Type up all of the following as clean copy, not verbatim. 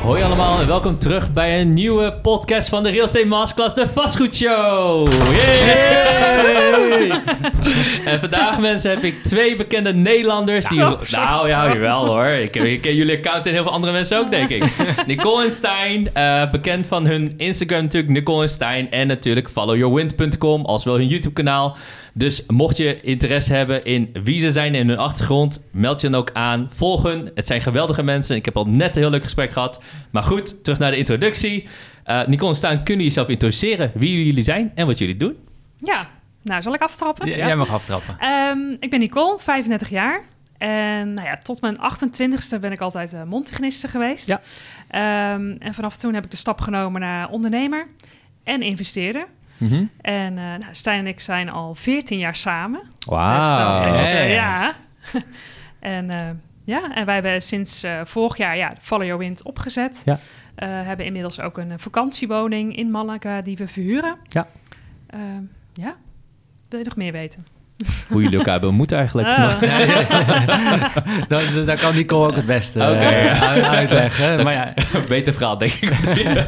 Hoi allemaal en welkom terug bij een nieuwe podcast van de Real Estate Masterclass, de Vastgoedshow. Yay! En vandaag, mensen, heb ik 2 bekende Nederlanders. Jawel hoor. Ik ken jullie account en heel veel andere mensen ook, denk ik. Nicole en Stijn, bekend van hun Instagram natuurlijk, Nicole en Stijn. En natuurlijk followyourwind.com, als wel hun YouTube kanaal. Dus mocht je interesse hebben in wie ze zijn en hun achtergrond, meld je dan ook aan. Volg hun. Het zijn geweldige mensen. Ik heb al net een heel leuk gesprek gehad. Maar goed, terug naar de introductie. Nicole en Stijn, kunnen jezelf introduceren wie jullie zijn en wat jullie doen? Ja, nou zal ik aftrappen? Ja, jij mag aftrappen. Ik ben Nicole, 35 jaar. En tot mijn 28e ben ik altijd mondhygiëniste geweest. Ja. En vanaf toen heb ik de stap genomen naar ondernemer en investeerder. Mm-hmm. En Stijn en ik zijn al 14 jaar samen. Wauw. Dus dat is, ja. En wij hebben sinds vorig jaar Follow Your Wind opgezet. Ja. Hebben inmiddels ook een vakantiewoning in Malaga die we verhuren. Ja. Wil je nog meer weten? Hoe jullie elkaar hebben ontmoet eigenlijk. Daar kan Nicole ook het beste uitleggen. Maar ja. Beter verhaal, denk ik.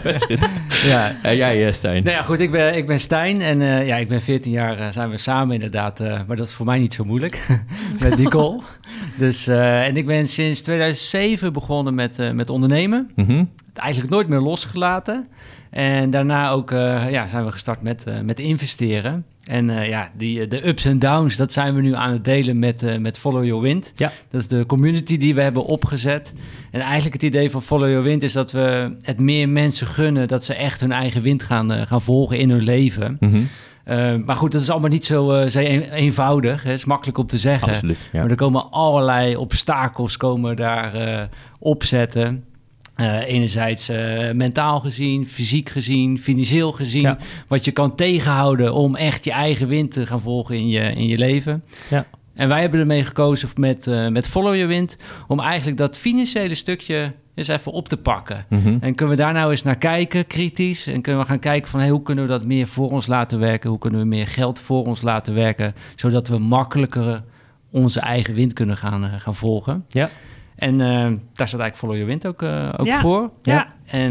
Ja. Jij, Stijn? Nou ja, goed, ik ben Stijn en ik ben 14 jaar, zijn we samen inderdaad. Maar dat is voor mij niet zo moeilijk, met Nicole. Dus, en ik ben sinds 2007 begonnen met ondernemen. Mm-hmm. Het eigenlijk nooit meer losgelaten. En daarna ook zijn we gestart met investeren. En de ups en downs, dat zijn we nu aan het delen met Follow Your Wind. Ja. Dat is de community die we hebben opgezet. En eigenlijk het idee van Follow Your Wind is dat we het meer mensen gunnen, dat ze echt hun eigen wind gaan volgen in hun leven. Mm-hmm. Maar goed, dat is allemaal niet zo eenvoudig. Het is makkelijk om te zeggen. Absoluut, ja. Maar er komen allerlei obstakels daar opzetten. Enerzijds mentaal gezien, fysiek gezien, financieel gezien. Ja. Wat je kan tegenhouden om echt je eigen wind te gaan volgen in je leven. Ja. En wij hebben ermee gekozen met Follow Your Wind om eigenlijk dat financiële stukje eens even op te pakken. Mm-hmm. En kunnen we daar nou eens naar kijken, kritisch. En kunnen we gaan kijken van hoe kunnen we dat meer voor ons laten werken? Hoe kunnen we meer geld voor ons laten werken? Zodat we makkelijker onze eigen wind kunnen gaan volgen. Ja. En daar staat eigenlijk Follow Your Wind ook voor. Ja.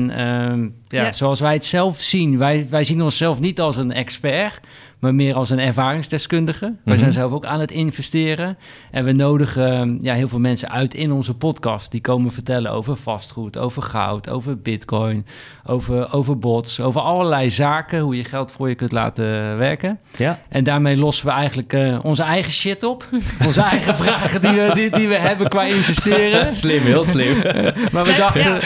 En zoals wij het zelf zien, wij zien onszelf niet als een expert, maar meer als een ervaringsdeskundige. Mm-hmm. Wij zijn zelf ook aan het investeren. En we nodigen heel veel mensen uit in onze podcast. Die komen vertellen over vastgoed, over goud, over bitcoin, over bots, over allerlei zaken, hoe je geld voor je kunt laten werken. Ja. En daarmee lossen we eigenlijk onze eigen shit op. Onze eigen vragen die we hebben qua investeren. Slim, heel slim. Maar we dachten...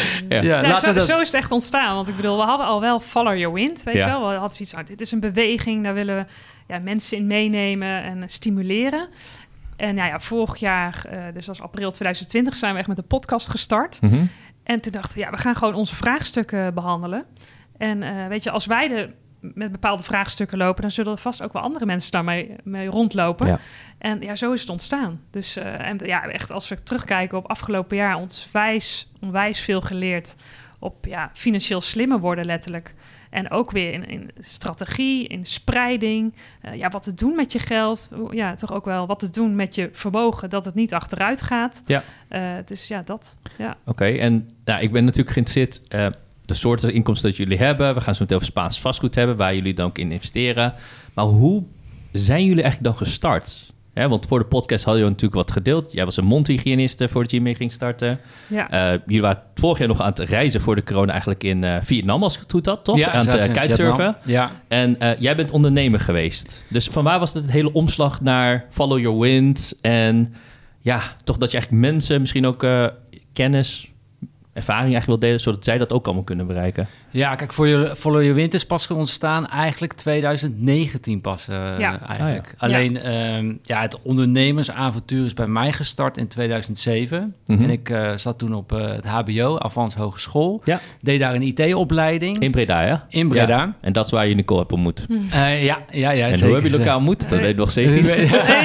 Zo is het echt ontstaan. Want ik bedoel, we hadden al wel Follow Your Wind, weet je wel. We hadden zoiets van, dit is een beweging, daar willen we mensen in meenemen en stimuleren. En vorig jaar, dus als april 2020, zijn we echt met de podcast gestart. Mm-hmm. En toen dachten we, we gaan gewoon onze vraagstukken behandelen. En als wij met bepaalde vraagstukken lopen, dan zullen er vast ook wel andere mensen daarmee rondlopen. Ja. En zo is het ontstaan. Dus echt als we terugkijken op afgelopen jaar, onwijs veel geleerd op financieel slimmer worden letterlijk. En ook weer in strategie, in spreiding. Wat te doen met je geld. Toch ook wel wat te doen met je vermogen, dat het niet achteruit gaat. Ja. Dat. Ja. Oké, en ik ben natuurlijk geïnteresseerd de soorten inkomsten dat jullie hebben. We gaan zo meteen over Spaans vastgoed hebben, waar jullie dan ook in investeren. Maar hoe zijn jullie eigenlijk dan gestart? Want voor de podcast hadden jullie natuurlijk wat gedeeld. Jij was een mondhygiëniste voordat je mee ging starten. Ja. Jullie waren vorig jaar nog aan het reizen voor de corona eigenlijk in Vietnam, als het goed had, toch? Ja, aan het kitesurfen. Ja. En jij bent ondernemer geweest. Dus van waar was het hele omslag naar Follow Your Wind? En toch dat je eigenlijk mensen, misschien ook kennis, ervaring eigenlijk wil delen, zodat zij dat ook allemaal kunnen bereiken. Ja, kijk, Follow Your Wind is pas ontstaan eigenlijk 2019 pas eigenlijk. Alleen het ondernemersavontuur is bij mij gestart in 2007. Mm-hmm. En ik zat toen op het HBO, Avans Hogeschool. Ja. Deed daar een IT-opleiding. In Breda, ja? In Breda. Ja. En dat is waar je Nicole hebt ontmoet. Ja, en hoe heb je elkaar ontmoet? Dat weet ik nog steeds niet. Dat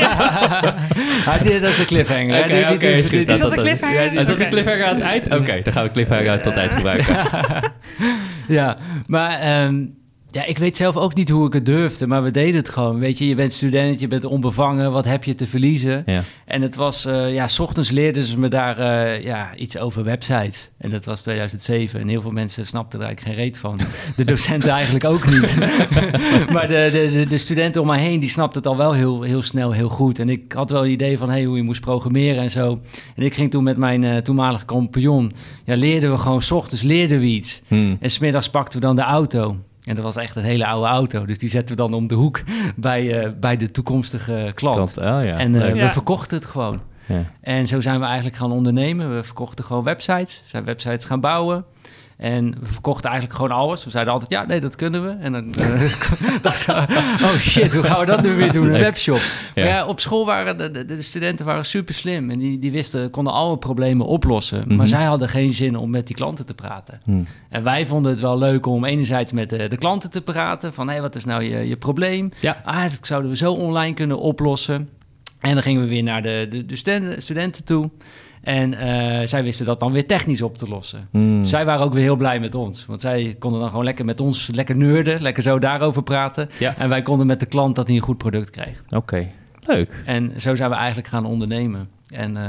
is de cliffhanger. Oké, is dat de cliffhanger? Is dat de cliffhanger aan het eind? Oké, dan gaan we cliffhanger tot het eind gebruiken. Ja, maar Ja, ik weet zelf ook niet hoe ik het durfde, maar we deden het gewoon. Weet je bent student, je bent onbevangen, wat heb je te verliezen? Ja. En het was, 's ochtends leerden ze me daar iets over websites. En dat was 2007 en heel veel mensen snapten er eigenlijk geen reet van. De docenten eigenlijk ook niet. Maar de studenten om mij heen, die snapten het al wel heel snel, heel goed. En ik had wel een idee van hoe je moest programmeren en zo. En ik ging toen met mijn toenmalige compagnon, leerden we gewoon, 's ochtends leerden we iets. En 's middags pakten we dan de auto. En dat was echt een hele oude auto. Dus die zetten we dan om de hoek bij de toekomstige klant. En we verkochten het gewoon. Ja. En zo zijn we eigenlijk gaan ondernemen. We verkochten gewoon websites. Zijn websites gaan bouwen. En we verkochten eigenlijk gewoon alles. We zeiden altijd, dat kunnen we. En dan dachten we, oh shit, hoe gaan we dat nu weer doen? Een webshop. Ja. Maar op school waren de studenten waren super slim. En die wisten, konden alle problemen oplossen. Mm-hmm. Maar zij hadden geen zin om met die klanten te praten. Mm. En wij vonden het wel leuk om enerzijds met de klanten te praten. Van, wat is nou je probleem? Ja. Dat zouden we zo online kunnen oplossen. En dan gingen we weer naar de studenten toe. En zij wisten dat dan weer technisch op te lossen. Zij waren ook weer heel blij met ons. Want zij konden dan gewoon lekker met ons lekker nerden. Lekker zo daarover praten. Ja. En wij konden met de klant dat hij een goed product kreeg. Oké, leuk. En zo zijn we eigenlijk gaan ondernemen. En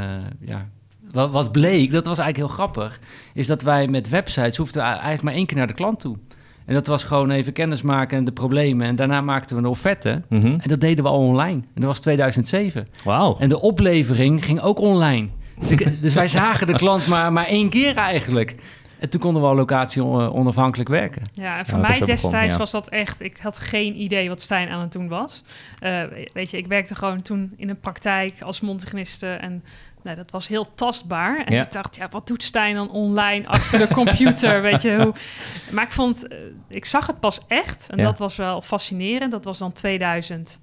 wat bleek, dat was eigenlijk heel grappig, is dat wij met websites hoefden eigenlijk maar 1 keer naar de klant toe. En dat was gewoon even kennismaken en de problemen. En daarna maakten we een offerte. Mm-hmm. En dat deden we al online. En dat was 2007. Wauw. En de oplevering ging ook online. Dus wij zagen de klant maar 1 keer eigenlijk. En toen konden we al locatie onafhankelijk werken. Ja, en voor mij destijds was dat echt... Ik had geen idee wat Stijn aan het doen was. Ik werkte gewoon toen in een praktijk als mondhygiëniste en... dat was heel tastbaar. En ik dacht, wat doet Stijn dan online achter de computer? Weet je hoe? Maar ik zag het pas echt. En dat was wel fascinerend. Dat was dan 2011.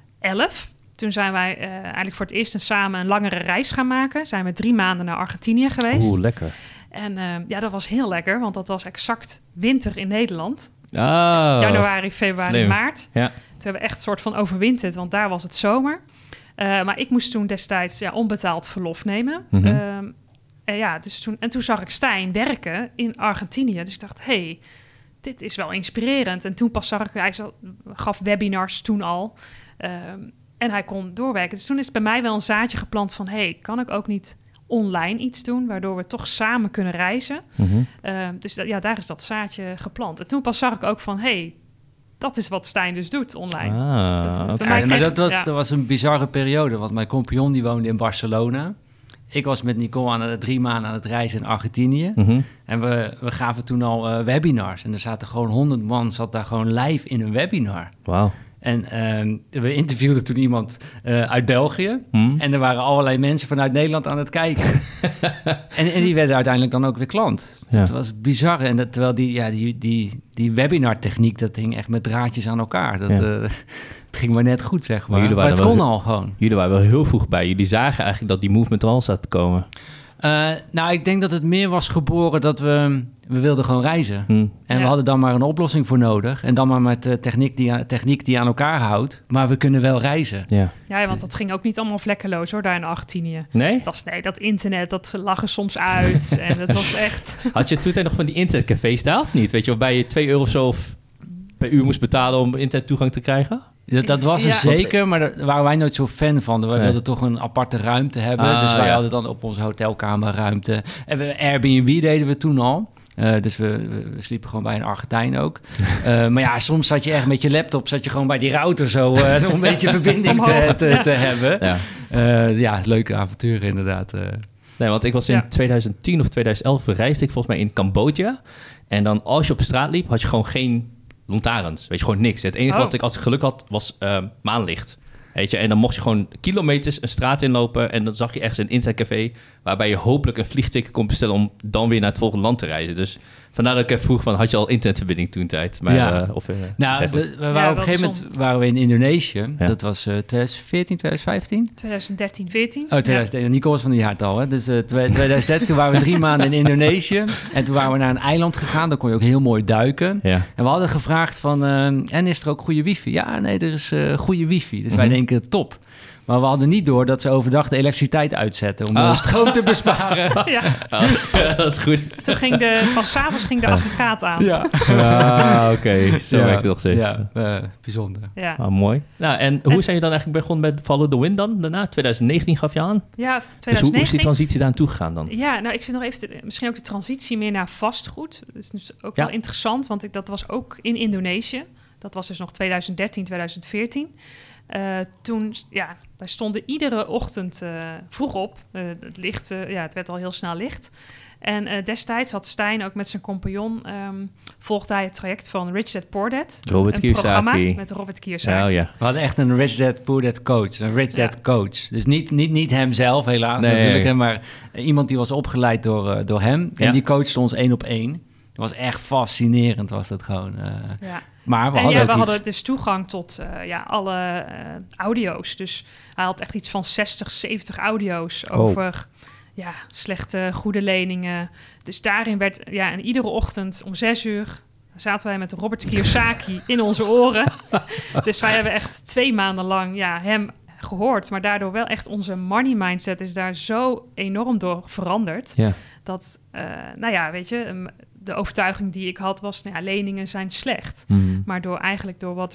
Toen zijn wij eigenlijk voor het eerst samen een langere reis gaan maken. Zijn we 3 maanden naar Argentinië geweest. Oeh, lekker. En dat was heel lekker, want dat was exact winter in Nederland. Oh, januari, februari, slim. maart. Ja. Toen hebben we echt een soort van overwinterd, want daar was het zomer. Maar ik moest toen destijds onbetaald verlof nemen. Mm-hmm. Dus toen zag ik Stijn werken in Argentinië. Dus ik dacht, dit is wel inspirerend. En toen pas zag ik, hij gaf webinars toen al. En hij kon doorwerken. Dus toen is het bij mij wel een zaadje geplant van... kan ik ook niet online iets doen... waardoor we toch samen kunnen reizen? Mm-hmm. Dus daar is dat zaadje geplant. En toen pas zag ik ook van... dat is wat Stijn dus doet online. Maar dat was een bizarre periode... want mijn compagnon die woonde in Barcelona... Ik was met Nicole 3 maanden aan het reizen in Argentinië. Mm-hmm. En we gaven toen al webinars. En er zaten gewoon 100 man... zat daar gewoon live in een webinar. Wauw. En we interviewden toen iemand uit België. En er waren allerlei mensen vanuit Nederland aan het kijken. en die werden uiteindelijk dan ook weer klant. Ja. Dat was bizar. En terwijl die webinar-techniek... dat hing echt met draadjes aan elkaar. Het ging maar net goed, zeg maar. Maar het kon al gewoon. Jullie waren wel heel vroeg bij. Jullie zagen eigenlijk dat die movement er al zat te komen. Ik denk dat het meer was geboren dat we wilden gewoon reizen. En we hadden dan maar een oplossing voor nodig. En dan maar met techniek die aan elkaar houdt. Maar we kunnen wel reizen. Ja, want dat ging ook niet allemaal vlekkeloos hoor, daar in Argentinië. Nee? Dat internet, dat lag er soms uit. En dat was echt... Had je toen nog van die internetcafés daar of niet? Weet je, waarbij je €2 of zo per uur moest betalen om internettoegang te krijgen? Dat was er zeker, maar daar waren wij nooit zo fan van. Wij wilden toch een aparte ruimte hebben. Dus wij hadden dan op onze hotelkamer ruimte. En Airbnb deden we toen al. Dus we sliepen gewoon bij een Argentijn ook. Maar soms zat je echt met je laptop... zat je gewoon bij die router zo... om een beetje verbinding te hebben. Leuke avonturen inderdaad. Nee, want ik was in 2010 of 2011... reisde ik volgens mij in Cambodja. En dan als je op straat liep... had je gewoon geen... lantaarns, weet je, gewoon niks. Het enige wat ik als geluk had, was maanlicht. Weet je, en dan mocht je gewoon kilometers een straat inlopen... en dan zag je ergens een internetcafé... waarbij je hopelijk een vliegticket kon bestellen... om dan weer naar het volgende land te reizen. Dus vandaar dat ik even vroeg van... had je al internetverbinding toen tijd? Maar, op een gegeven moment waren we in Indonesië. Ja. Dat was 2014, 2015? 2013, 14. Oh, 2013. Nico was van die jaartal, hè? Dus 2013, toen waren we 3 maanden in Indonesië. En toen waren we naar een eiland gegaan. Daar kon je ook heel mooi duiken. Ja. En we hadden gevraagd van... en is er ook goede wifi? Ja, nee, er is goede wifi. Dus wij denken, top. Maar we hadden niet door dat ze overdag de elektriciteit uitzetten om stroom te besparen. Ja. Dat is goed. Toen pas 's avonds ging de aggregaat aan. Ja. Oké. Zo werkt het nog steeds. Ja, bijzonder. Ja. Mooi. Nou, en hoe zijn je dan eigenlijk begonnen met Follow the Wind dan? Daarna, 2019 gaf je aan. Ja, 2019. Dus hoe is die transitie daar aan toegegaan dan? Ja, nou, ik zit nog even... misschien ook de transitie meer naar vastgoed. Dat is dus ook wel interessant, want dat was ook in Indonesië. Dat was dus nog 2013, 2014. Toen, wij stonden iedere ochtend vroeg op. Het licht, het werd al heel snel licht. En destijds had Stijn ook met zijn compagnon... volgde hij het traject van Rich Dad Poor Dad. Robert Kiyosaki. Programma met Robert Kiyosaki. Oh, ja. We hadden echt een Rich Dad Poor Dad coach. Een Rich Dad coach. Dus niet hemzelf helaas natuurlijk. Maar iemand die was opgeleid door hem. En die coachte ons 1 op 1. Dat was echt fascinerend, was dat gewoon. Maar we hadden dus toegang tot alle audio's. Dus hij had echt iets van 60, 70 audio's over slechte, goede leningen. Dus daarin werd, en iedere ochtend om 6:00 zaten wij met Robert Kiyosaki in onze oren. Dus wij hebben echt 2 maanden lang hem gehoord. Maar daardoor wel echt onze money mindset is daar zo enorm door veranderd. Ja. Dat, weet je... De overtuiging die ik had was, leningen zijn slecht. Maar door wat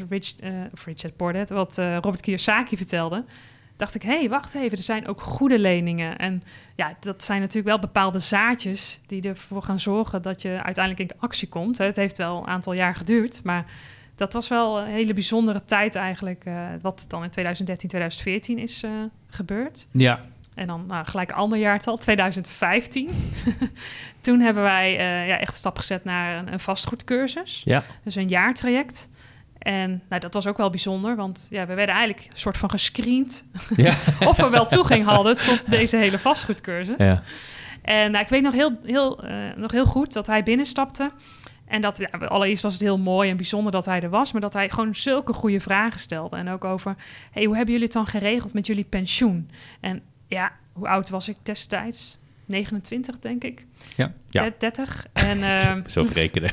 wat Robert Kiyosaki vertelde, dacht ik, wacht even, er zijn ook goede leningen. En dat zijn natuurlijk wel bepaalde zaadjes die ervoor gaan zorgen dat je uiteindelijk in actie komt. Het heeft wel een aantal jaar geduurd, maar dat was wel een hele bijzondere tijd eigenlijk, wat dan in 2013, 2014 is gebeurd. Ja. En dan gelijk een ander jaartal, 2015. Toen hebben wij echt een stap gezet naar een vastgoedcursus. Ja. Dus een jaartraject. En dat was ook wel bijzonder, want we werden eigenlijk een soort van gescreend... of we wel toegang hadden tot deze hele vastgoedcursus. Ja. En ik weet nog heel goed dat hij binnenstapte... En dat, allereerst was het heel mooi en bijzonder dat hij er was... maar dat hij gewoon zulke goede vragen stelde. En ook over, hoe hebben jullie het dan geregeld met jullie pensioen? En hoe oud was ik destijds? 29, denk ik. Ja. 30. En, zo verrekenen.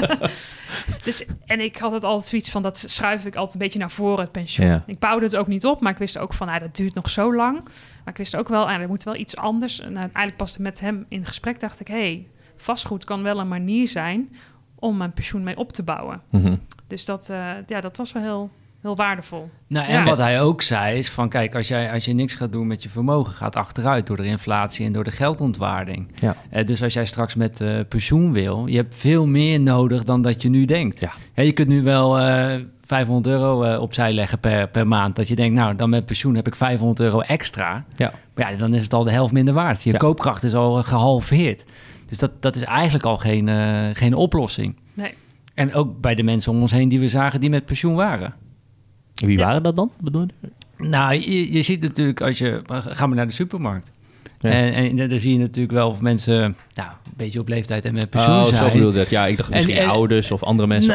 En ik had het altijd zoiets van, dat schuif ik altijd een beetje naar voren, het pensioen. Ja. Ik bouwde het ook niet op, maar ik wist ook van, dat duurt nog zo lang. Maar ik wist ook wel, er moet wel iets anders. En eigenlijk pas met hem in gesprek dacht ik, vastgoed kan wel een manier zijn om mijn pensioen mee op te bouwen. Mm-hmm. Dus dat was wel heel waardevol. Nou, en wat hij ook zei is van, kijk, als je niks gaat doen met je vermogen, gaat achteruit door de inflatie en door de geldontwaarding. Ja. Dus als jij straks met pensioen wil, je hebt veel meer nodig dan dat je nu denkt. Ja. Je kunt nu wel €500 opzij leggen per maand. Dat je denkt, nou, dan met pensioen heb ik €500 extra. Ja. Maar dan is het al de helft minder waard. Je koopkracht is al gehalveerd. Dus dat is eigenlijk al geen oplossing. Nee. En ook bij de mensen om ons heen die we zagen die met pensioen waren. Wie waren dat dan, bedoel je? Nou, je ziet natuurlijk gaan we naar de supermarkt. Ja. En daar zie je natuurlijk wel of mensen een beetje op leeftijd en met pensioen zijn. Zo bedoel je dat. Ja, ik dacht misschien ouders of andere mensen.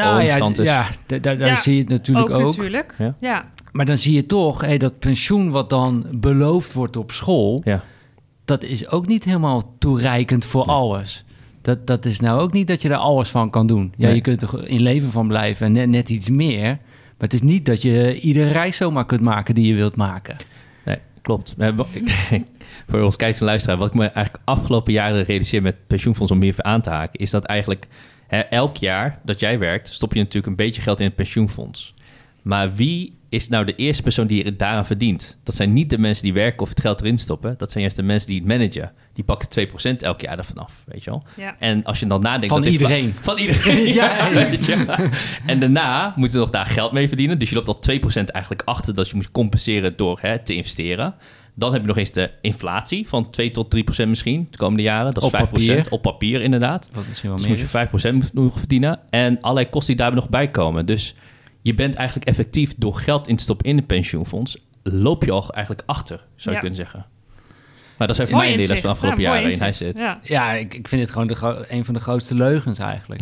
Daar zie je het natuurlijk ook. Natuurlijk. Ja. Maar dan zie je toch, dat pensioen wat dan beloofd wordt op school... dat is ook niet helemaal toereikend voor alles. Dat is nou ook niet dat je er alles van kan doen. Ja, je kunt er in leven van blijven en net iets meer... Maar het is niet dat je iedere reis zomaar kunt maken die je wilt maken. Nee, klopt. Voor ons kijkers en luisteraars, wat ik me eigenlijk afgelopen jaren realiseer met pensioenfonds om meer aan te haken, is dat eigenlijk elk jaar dat jij werkt, stop je natuurlijk een beetje geld in het pensioenfonds. Maar wie is nou de eerste persoon die het daaraan verdient? Dat zijn niet de mensen die werken of het geld erin stoppen. Dat zijn juist de mensen die het managen. Die pakken 2% elk jaar ervan af, weet je wel. Ja. En als je dan nadenkt... Van iedereen. Van iedereen, weet je. En daarna moeten ze nog daar geld mee verdienen. Dus je loopt al 2% eigenlijk achter dat je moet compenseren door te investeren. Dan heb je nog eens de inflatie van 2 tot 3% misschien de komende jaren. Dat is 5%. Papier. Op papier, inderdaad. Wat misschien wel dus meer moet je 5% nog verdienen. En allerlei kosten die daarbij nog bij komen. Dus je bent eigenlijk effectief door geld in te stoppen in het pensioenfonds, loop je al eigenlijk achter, zou je kunnen zeggen. Maar dat is even mijn inzicht van de afgelopen jaren in hij zit. Ja, ik vind het gewoon een van de grootste leugens eigenlijk.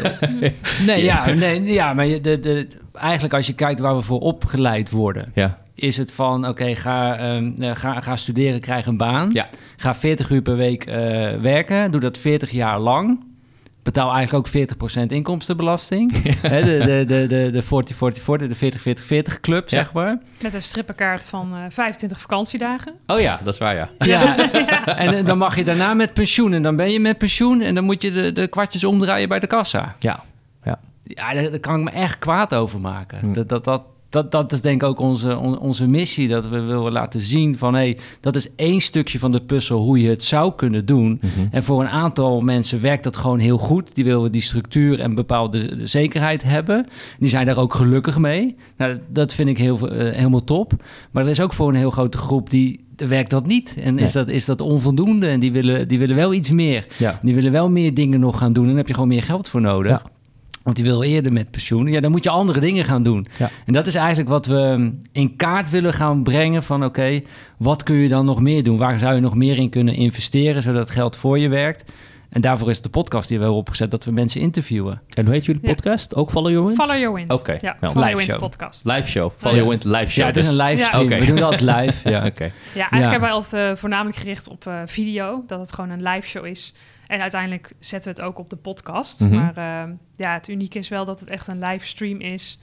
Maar eigenlijk als je kijkt waar we voor opgeleid worden, is het van, oké, ga studeren, krijg een baan. Ja. Ga 40 uur per week werken, doe dat 40 jaar lang. betaal eigenlijk ook 40% inkomstenbelasting. De 40-40-40, de 40-40-40 club, zeg maar. Met een strippenkaart van 25 vakantiedagen. Oh ja, dat is waar, ja. En dan mag je daarna met pensioen. En dan ben je met pensioen en dan moet je de kwartjes omdraaien bij de kassa. Ja, daar kan ik me echt kwaad over maken. Dat is denk ik ook onze missie, dat we willen laten zien van... dat is één stukje van de puzzel hoe je het zou kunnen doen. Mm-hmm. En voor een aantal mensen werkt dat gewoon heel goed. Die willen die structuur en bepaalde zekerheid hebben. Die zijn daar ook gelukkig mee. Nou, dat vind ik helemaal top. Maar er is ook voor een heel grote groep werkt dat niet. En is dat onvoldoende. En die willen wel iets meer. Ja. Die willen wel meer dingen nog gaan doen. En daar heb je gewoon meer geld voor nodig. Ja. Want die wil eerder met pensioen. Ja, dan moet je andere dingen gaan doen. Ja. En dat is eigenlijk wat we in kaart willen gaan brengen van... oké, wat kun je dan nog meer doen? Waar zou je nog meer in kunnen investeren... zodat het geld voor je werkt? En daarvoor is de podcast die we hebben opgezet... dat we mensen interviewen. En hoe heet jullie podcast? Ook Follow Your Wind? Follow Your Wind. Oké. Ja, Follow Your Wind podcast. Live show. Follow Your Wind live show. Ja, het is een livestream. We doen dat live. Ja, eigenlijk hebben wij altijd voornamelijk gericht op video. Dat het gewoon een live show is... En uiteindelijk zetten we het ook op de podcast. Mm-hmm. Maar het unieke is wel dat het echt een livestream is.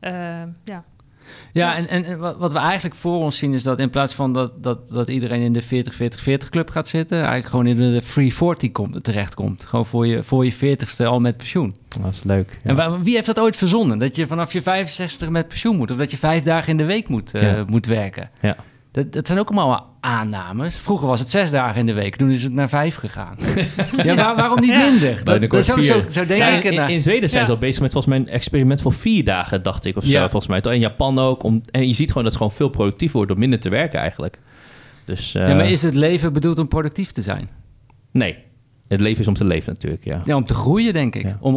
En wat we eigenlijk voor ons zien is dat in plaats van dat iedereen in de 40-40-40 club gaat zitten... eigenlijk gewoon in de Free 40 terechtkomt. Gewoon voor je 40ste al met pensioen. Dat is leuk. Ja. En wie heeft dat ooit verzonnen? Dat je vanaf je 65 met pensioen moet. Of dat je 5 dagen in de week moet werken. Ja. Dat zijn ook allemaal aannames. Vroeger was het 6 dagen in de week. Toen is het naar 5 gegaan. Waarom niet minder? Zo denk ik. In Zweden zijn ze al bezig met volgens mij een experiment voor 4 dagen, dacht ik. Of zo, volgens mij. In Japan ook. En je ziet gewoon dat het gewoon veel productiever wordt door minder te werken eigenlijk. Dus, maar is het leven bedoeld om productief te zijn? Nee. Het leven is om te leven natuurlijk, Ja, om te groeien, denk ik. Ja.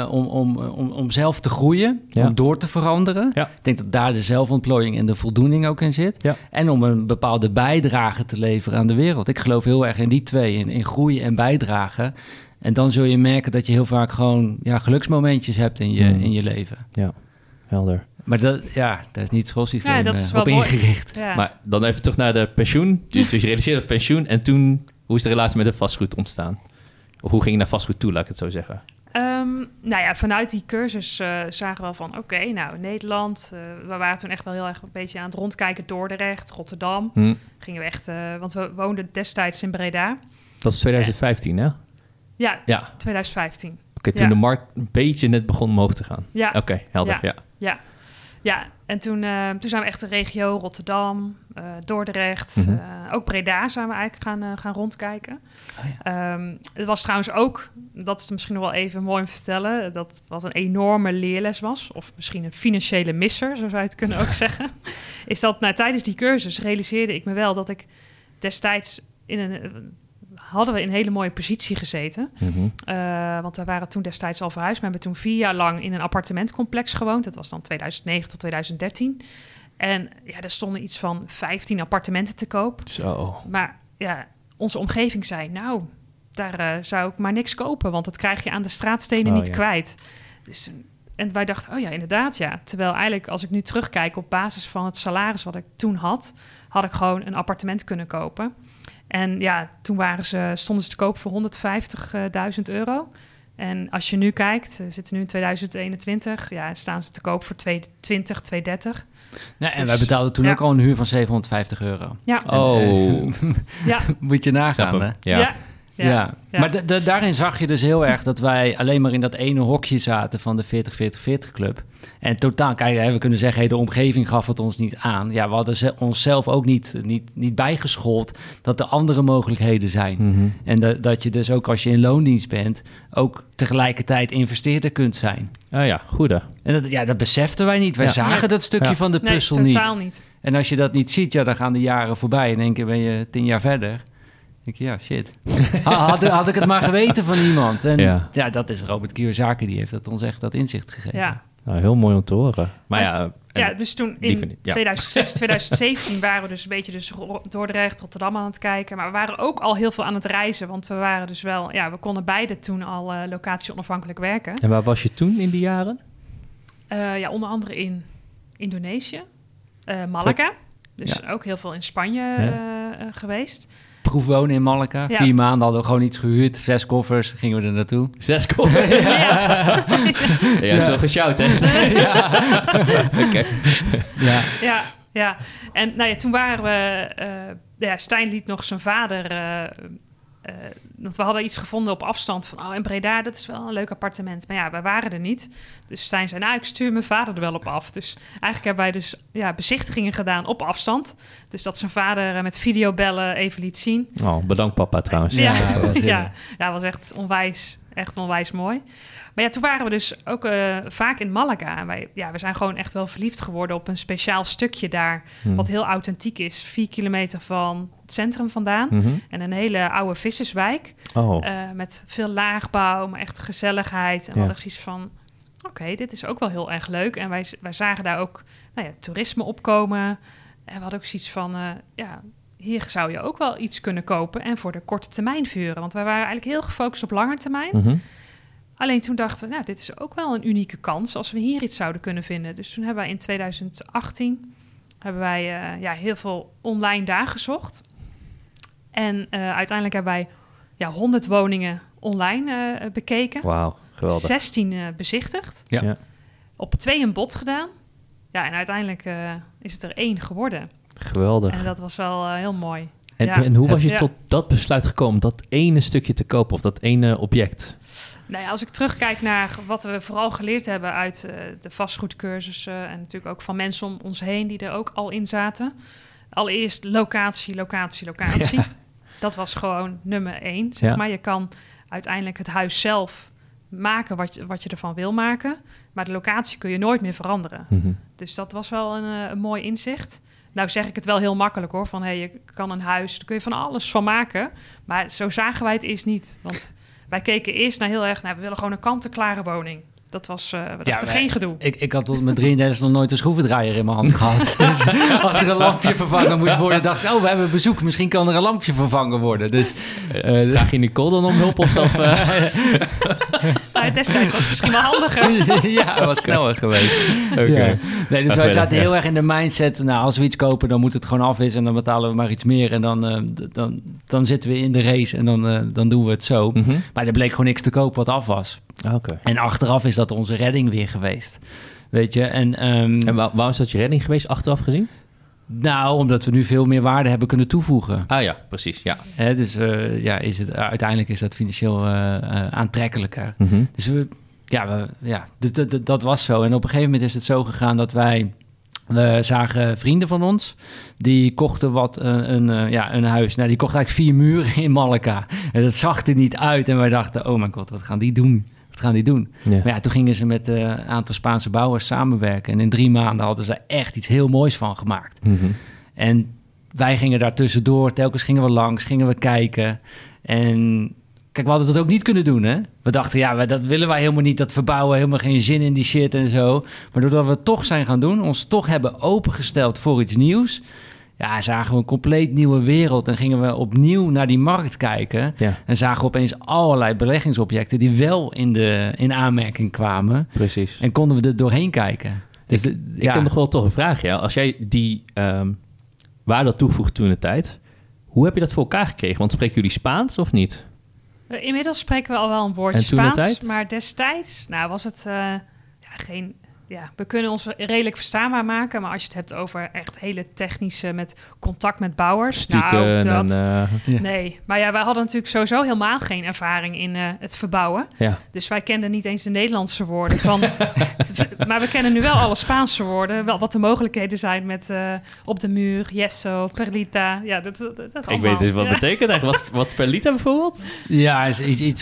Om zelf te groeien, om door te veranderen. Ja. Ik denk dat daar de zelfontplooiing en de voldoening ook in zit. Ja. En om een bepaalde bijdrage te leveren aan de wereld. Ik geloof heel erg in die twee, in groeien en bijdragen. En dan zul je merken dat je heel vaak gewoon geluksmomentjes hebt in je leven. Ja, helder. Maar daar is niet het schoolsysteem op ingericht. Ja. Maar dan even terug naar de pensioen. Dus je realiseerde op pensioen en toen, hoe is de relatie met de vastgoed ontstaan? Of hoe ging je naar vastgoed toe, laat ik het zo zeggen? Vanuit die cursus zagen we wel van... Nederland. We waren toen echt wel heel erg een beetje aan het rondkijken. Dordrecht, Rotterdam. Gingen we echt... want we woonden destijds in Breda. Dat is 2015, hè? Ja, 2015. Oké, toen de markt een beetje net begon omhoog te gaan. Ja. Oké, helder, Ja, en toen zijn we echt de regio Rotterdam, Dordrecht, ook Breda zijn we eigenlijk gaan rondkijken. Oh ja. Het was trouwens ook, dat is misschien nog wel even mooi om te vertellen, dat wat een enorme leerles was, of misschien een financiële misser, zo zou je het kunnen ook zeggen, is dat tijdens die cursus realiseerde ik me wel dat ik destijds hadden we in een hele mooie positie gezeten. Mm-hmm. Want we waren toen destijds al verhuisd. We hebben toen 4 jaar lang in een appartementcomplex gewoond. Dat was dan 2009 tot 2013. En er stonden iets van 15 appartementen te koop. Zo. Maar onze omgeving zei... daar zou ik maar niks kopen... want dat krijg je aan de straatstenen niet kwijt. Dus, en wij dachten, inderdaad, Terwijl eigenlijk, als ik nu terugkijk... op basis van het salaris wat ik toen had ik gewoon een appartement kunnen kopen... En toen stonden ze te koop voor €150.000. En als je nu kijkt, we zitten nu in 2021, staan ze te koop voor €230.000. Ja, en wij betaalden toen ook al een huur van €750. Ja. Moet je nagaan, hè? Ja. Maar daarin zag je dus heel erg dat wij alleen maar in dat ene hokje zaten van de 40-40-40 club. En totaal, kijk, we kunnen zeggen, de omgeving gaf het ons niet aan. Ja, we hadden onszelf ook niet bijgeschoold dat er andere mogelijkheden zijn. Mm-hmm. En dat je dus ook als je in loondienst bent, ook tegelijkertijd investeerder kunt zijn. Ah ja, goed. En dat beseften wij niet. Wij zagen dat stukje van de puzzel niet. Totaal niet. En als je dat niet ziet, dan gaan de jaren voorbij. In één keer ben je 10 jaar verder. Shit. Had ik het maar geweten van iemand. En dat is Robert Kiyosaki, die heeft dat ons echt dat inzicht gegeven. Ja. Nou, heel mooi om te horen. Maar dus toen in 2006, 2017 waren we dus een beetje Dordrecht, Rotterdam aan het kijken. Maar we waren ook al heel veel aan het reizen. Want we waren dus wel... we konden beide toen al locatie onafhankelijk werken. En waar was je toen in die jaren? Onder andere in Indonesië, Malaga. Dus ook heel veel in Spanje geweest. proefwonen in Malaga. Ja. 4 maanden hadden we gewoon iets gehuurd. 6 koffers, gingen we er naartoe. 6 koffers? Ja, je hebt wel gesjouwd, hè? Oké. Ja. En nou ja, toen waren we... Stijn liet nog zijn vader... want we hadden iets gevonden op afstand van... in Breda, dat is wel een leuk appartement. Maar ja, wij waren er niet. Dus Stijn zei, ik stuur mijn vader er wel op af. Dus eigenlijk hebben wij dus bezichtigingen gedaan op afstand. Dus dat zijn vader met videobellen even liet zien. Oh, bedankt papa trouwens. Was echt onwijs mooi. Maar ja, toen waren we dus ook vaak in Malaga. En we zijn gewoon echt wel verliefd geworden op een speciaal stukje daar... wat heel authentiek is. 4 kilometer van het centrum vandaan. Mm-hmm. En een hele oude visserswijk. Met veel laagbouw, maar echt gezelligheid. En we hadden zoiets van... Oké, dit is ook wel heel erg leuk. En wij zagen daar ook toerisme opkomen. En we hadden ook zoiets van... hier zou je ook wel iets kunnen kopen... en voor de korte termijn vuren. Want wij waren eigenlijk heel gefocust op lange termijn... Mm-hmm. Alleen toen dachten we, dit is ook wel een unieke kans als we hier iets zouden kunnen vinden. Dus toen hebben wij in 2018 heel veel online daar gezocht. En uiteindelijk hebben wij 100 woningen online bekeken. Wauw, geweldig. 16 bezichtigd. Ja. Op 2 een bod gedaan. Ja, en uiteindelijk is het er 1 geworden. Geweldig. En dat was wel heel mooi. En hoe was je tot dat besluit gekomen, dat ene stukje te kopen of dat ene object? Nou ja, als ik terugkijk naar wat we vooral geleerd hebben uit de vastgoedcursussen... en natuurlijk ook van mensen om ons heen die er ook al in zaten. Allereerst locatie. Ja. Dat was gewoon nummer 1, zeg maar. Je kan uiteindelijk het huis zelf maken wat je ervan wil maken... maar de locatie kun je nooit meer veranderen. Mm-hmm. Dus dat was wel een mooi inzicht... Nou zeg ik het wel heel makkelijk hoor, van je kan een huis, daar kun je van alles van maken. Maar zo zagen wij het eerst niet. Want wij keken eerst naar heel erg, we willen gewoon een kant-en-klare woning. Dat was, we dachten geen gedoe. Ik had tot mijn 33 nog nooit een schroevendraaier in mijn hand gehad. Dus als er een lampje vervangen moest worden, dacht ik, we hebben bezoek. Misschien kan er een lampje vervangen worden. Dus, vraag je Nicole dan om hulp? Destijds was het misschien wel handiger. Ja, dat was sneller geweest. Okay. Ja. Nee, dus wij zaten heel erg in de mindset, als we iets kopen, dan moet het gewoon af is en dan betalen we maar iets meer. En dan zitten we in de race en dan doen we het zo. Mm-hmm. Maar er bleek gewoon niks te kopen wat af was. Okay. En achteraf is dat onze redding weer geweest. Weet je? En waarom is dat je redding geweest, achteraf gezien? Nou, omdat we nu veel meer waarde hebben kunnen toevoegen. Ah ja, precies, ja. Dus uiteindelijk is dat financieel aantrekkelijker. Mm-hmm. Dus dat was zo. En op een gegeven moment is het zo gegaan dat we zagen vrienden van ons, die kochten een huis. Nou, die kochten eigenlijk 4 muren in Malaga. En dat zag er niet uit. En wij dachten, oh mijn god, wat gaan die doen? Ja. Maar toen gingen ze met een aantal Spaanse bouwers samenwerken. En in 3 maanden hadden ze echt iets heel moois van gemaakt. Mm-hmm. En wij gingen daar tussendoor. Telkens gingen we langs, gingen we kijken. En kijk, we hadden dat ook niet kunnen doen, hè? We dachten, dat willen wij helemaal niet. Dat verbouwen, helemaal geen zin in die shit en zo. Maar doordat we het toch zijn gaan doen, ons toch hebben opengesteld voor iets nieuws, zagen we een compleet nieuwe wereld. En gingen we opnieuw naar die markt kijken. Ja. En zagen we opeens allerlei beleggingsobjecten die wel in aanmerking kwamen. Precies. En konden we er doorheen kijken. Dus ik heb nog wel toch een vraagje. Als jij die waarde toevoegt toen in de tijd, hoe heb je dat voor elkaar gekregen? Want spreken jullie Spaans of niet? Inmiddels spreken we al wel een woordje Spaans. Maar destijds was het geen... Ja, we kunnen ons redelijk verstaanbaar maken, maar als je het hebt over echt hele technische, met contact met bouwers, nee. Maar wij hadden natuurlijk sowieso helemaal geen ervaring in het verbouwen. Ja. Dus wij kenden niet eens de Nederlandse woorden van. Maar we kennen nu wel alle Spaanse woorden, wel wat de mogelijkheden zijn met op de muur, yeso, perlita. Ja, dat allemaal. Ik weet dus wat betekent eigenlijk. Wat is perlita bijvoorbeeld? Ja, is iets.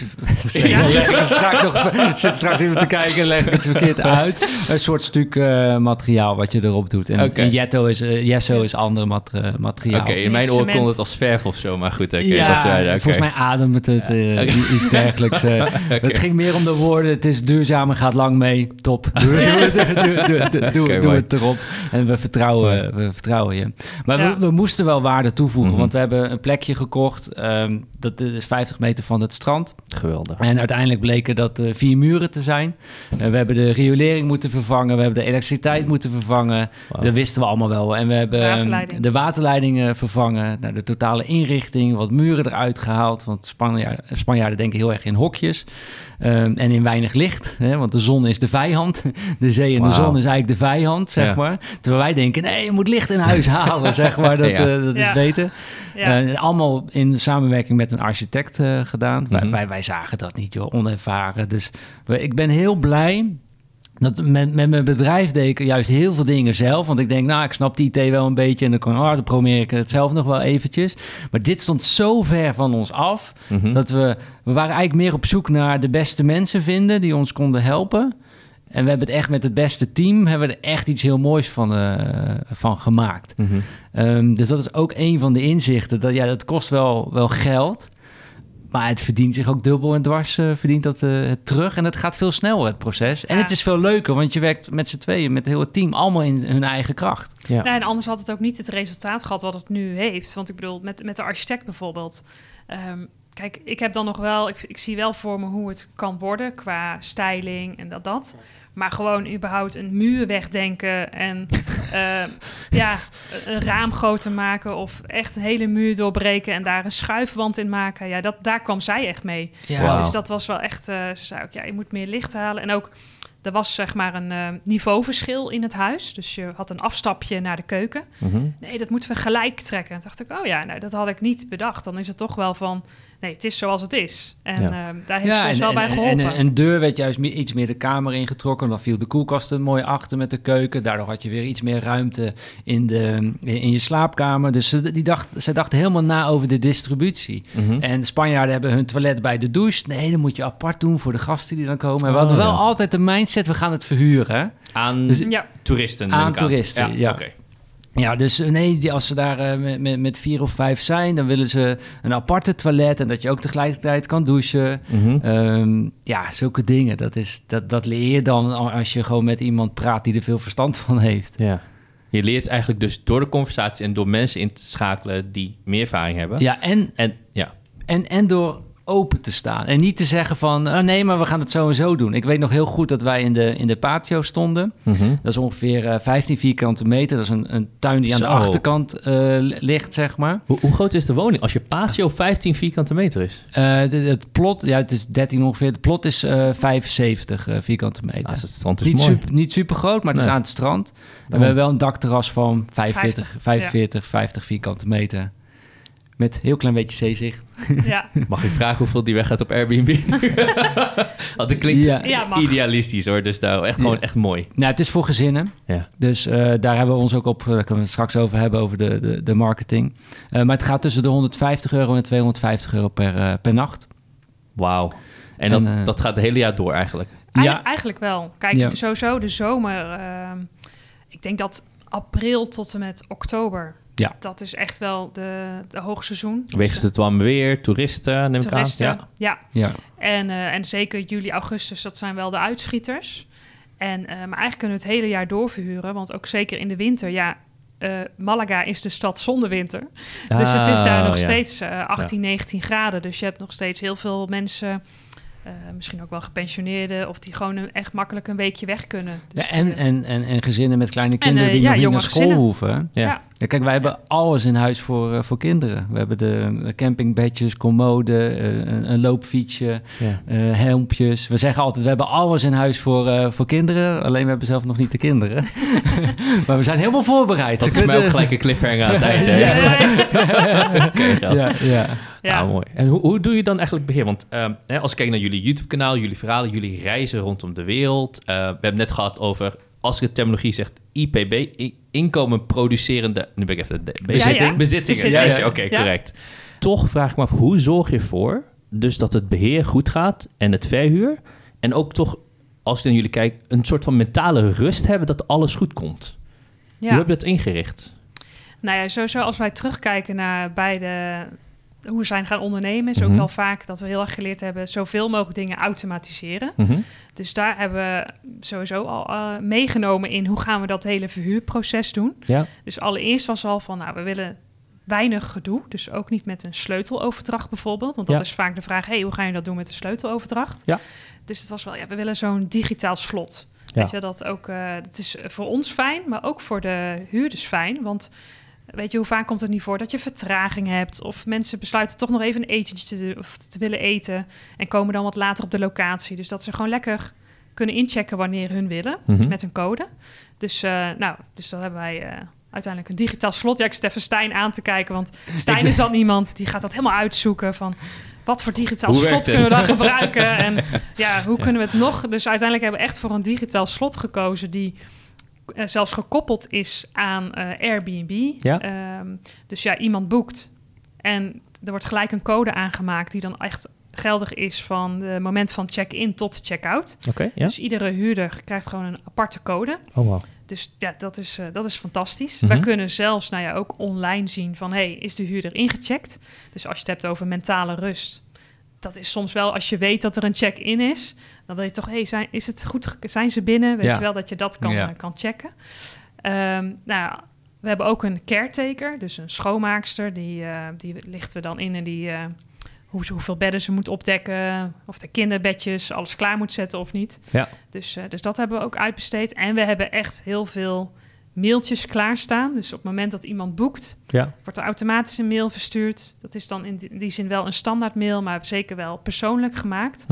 Zit straks even te kijken en leg ik het verkeerd uit. Een soort stuk materiaal wat je erop doet. En yeso is ander materiaal. Oké, in mijn oor kon het als verf of zo, maar goed. Volgens mij ademt het iets dergelijks. Het ging meer om de woorden. Het is duurzaam en gaat lang mee. Top. Doe het erop. En we vertrouwen je. Maar we moesten wel waarde toevoegen. Mm-hmm. Want we hebben een plekje gekocht. Dat is 50 meter van het strand. Geweldig. geweldig. En uiteindelijk bleken dat 4 muren te zijn. We hebben de riolering moeten vervangen. We hebben de elektriciteit moeten vervangen. Wow. Dat wisten we allemaal wel. En we hebben de waterleidingen vervangen. Nou, de totale inrichting, wat muren eruit gehaald. Want Spanjaarden denken heel erg in hokjes. En in weinig licht. Hè, want de zon is de vijand. De zee en de zon is eigenlijk de vijand, zeg maar. Terwijl wij denken, nee, je moet licht in huis halen, zeg maar. Dat is beter. Ja. Allemaal in samenwerking met een architect gedaan. Wij zagen dat niet, joh, onervaren. Dus ik ben heel blij dat met mijn bedrijf deed ik juist heel veel dingen zelf. Want ik denk, ik snap die IT wel een beetje. En dan probeer ik het zelf nog wel eventjes. Maar dit stond zo ver van ons af. Dat we waren eigenlijk meer op zoek naar de beste mensen vinden die ons konden helpen. En we hebben het echt met het beste team, hebben we er echt iets heel moois van gemaakt. Dus dat is ook een van de inzichten. Dat kost wel geld. Maar het verdient zich ook dubbel en dwars verdient dat terug. En het gaat veel sneller, het proces. En het is veel leuker, want je werkt met z'n tweeën, met heel het team, allemaal in hun eigen kracht. Ja. En anders had het ook niet het resultaat gehad wat het nu heeft. Want ik bedoel, met de architect bijvoorbeeld. Kijk, ik heb dan nog wel, ik zie wel voor me hoe het kan worden qua styling en dat. Maar gewoon überhaupt een muur wegdenken en een raam groter maken of echt een hele muur doorbreken en daar een schuifwand in maken. Ja, daar kwam zij echt mee. Ja. Wow. Dus dat was wel echt, ze zei ook, je moet meer licht halen. En ook, er was zeg maar een niveauverschil in het huis. Dus je had een afstapje naar de keuken. Nee, dat moeten we gelijk trekken. En dacht ik, dat had ik niet bedacht. Dan is het toch wel van, nee, het is zoals het is. En daar heeft ze ons wel bij geholpen. En een deur werd juist iets meer de kamer ingetrokken. Dan viel de koelkast er mooi achter met de keuken. Daardoor had je weer iets meer ruimte in je slaapkamer. Dus ze dachten helemaal na over de distributie. En de Spanjaarden hebben hun toilet bij de douche. Nee, dan moet je apart doen voor de gasten die dan komen. En we hadden wel altijd de mindset, we gaan het verhuren. Aan toeristen. Aan toeristen, ja. Okay. Ja, dus als ze daar met 4 of 5 zijn, dan willen ze een aparte toilet en dat je ook tegelijkertijd kan douchen. Zulke dingen. Dat leer je dan als je gewoon met iemand praat die er veel verstand van heeft. Ja. Je leert eigenlijk dus door de conversatie en door mensen in te schakelen die meer ervaring hebben. Ja, en door open te staan. En niet te zeggen van, nee, maar we gaan het zo en zo doen. Ik weet nog heel goed dat wij in de patio stonden. Dat is ongeveer 15 vierkante meter. Dat is een tuin die aan de achterkant ligt, zeg maar. Hoe groot is de woning als je patio 15 vierkante meter is? Het plot, het is 13 ongeveer. Het plot is 75 vierkante meter. Het strand is mooi. Niet super groot, maar het is aan het strand. En we hebben wel een dakterras van 50 vierkante meter. Met een heel klein beetje zeezicht. Ja. Mag ik vragen hoeveel die weggaat op Airbnb? Want het klinkt idealistisch hoor. Dus daar echt mooi. Nou, het is voor gezinnen. Ja. Dus daar hebben we ons ook op... Daar kunnen we het straks over hebben, over de marketing. Maar het gaat tussen de €150 en €250 per nacht. Wauw. En dat gaat het hele jaar door eigenlijk? Eigenlijk wel. Kijk, sowieso de zomer... ik denk dat april tot en met oktober... Ja. Dat is echt wel de hoogseizoen. Wegens het warme weer, toeristen, neem ik aan. Ja. En zeker juli, augustus, dat zijn wel de uitschieters. Maar eigenlijk kunnen we het hele jaar doorverhuren. Want ook zeker in de winter, Malaga is de stad zonder winter. Dus het is daar nog steeds 18, 19 graden. Dus je hebt nog steeds heel veel mensen... misschien ook wel gepensioneerden... of die gewoon echt makkelijk een weekje weg kunnen. Dus en gezinnen met kleine kinderen... die nog niet naar school hoeven. Ja, kijk, wij hebben alles in huis voor kinderen. We hebben de campingbedjes, commode, een loopfietsje, helmpjes. We zeggen altijd, we hebben alles in huis voor kinderen. Alleen we hebben zelf nog niet de kinderen. Maar we zijn helemaal voorbereid. Dat is mij ook gelijk een cliffhanger aan het eind. Ja, mooi. En hoe doe je dan eigenlijk beheer? Want als ik kijk naar jullie YouTube-kanaal, jullie verhalen, jullie reizen rondom de wereld. We hebben net gehad over, als ik de terminologie zeg, IPB, inkomen producerende... Nu ben ik even bezittingen. Ja. Oké, correct. Toch vraag ik me af, hoe zorg je ervoor dus dat het beheer goed gaat en het verhuur? En ook toch, als ik naar jullie kijk, een soort van mentale rust hebben dat alles goed komt. Ja. Hoe heb je dat ingericht? Nou ja, sowieso als wij terugkijken naar beide... hoe we zijn gaan ondernemen, is ook wel vaak dat we heel erg geleerd hebben... zoveel mogelijk dingen automatiseren. Dus daar hebben we sowieso al meegenomen in... hoe gaan we dat hele verhuurproces doen. Ja. Dus allereerst was al van, we willen weinig gedoe. Dus ook niet met een sleuteloverdracht bijvoorbeeld. Want dat is vaak de vraag, hoe ga je dat doen met een sleuteloverdracht? Ja. Dus het was wel, we willen zo'n digitaal slot. Ja. Weet je, dat ook, het is voor ons fijn, maar ook voor de huurders fijn. Want weet je, hoe vaak komt het niet voor dat je vertraging hebt? Of mensen besluiten toch nog even een etentje te willen eten en komen dan wat later op de locatie. Dus dat ze gewoon lekker kunnen inchecken wanneer hun willen, met een code. Dus dat hebben wij uiteindelijk een digitaal slot. Ja, ik zit even Stijn aan te kijken, want Stijn is dan iemand die gaat dat helemaal uitzoeken van wat voor digitaal slot kunnen we dan gebruiken en hoe kunnen we het nog? Dus uiteindelijk hebben we echt voor een digitaal slot gekozen die zelfs gekoppeld is aan Airbnb. Ja. Dus iemand boekt en er wordt gelijk een code aangemaakt die dan echt geldig is van het moment van check-in tot check-out. Okay, Dus iedere huurder krijgt gewoon een aparte code. Oh, wow. Dus dat is fantastisch. Wij kunnen zelfs ook online zien van is de huurder ingecheckt? Dus als je het hebt over mentale rust, dat is soms wel als je weet dat er een check-in is, dan wil je toch, is het goed? Zijn ze binnen? Weet je wel dat je dat kan checken. We hebben ook een caretaker, dus een schoonmaakster, die lichten we dan in en die hoeveel bedden ze moet opdekken, of de kinderbedjes, alles klaar moet zetten of niet. Ja. Dus dat hebben we ook uitbesteed. En we hebben echt heel veel mailtjes klaarstaan. Dus op het moment dat iemand boekt, wordt er automatisch een mail verstuurd. Dat is dan in die zin wel een standaard mail, maar zeker wel persoonlijk gemaakt.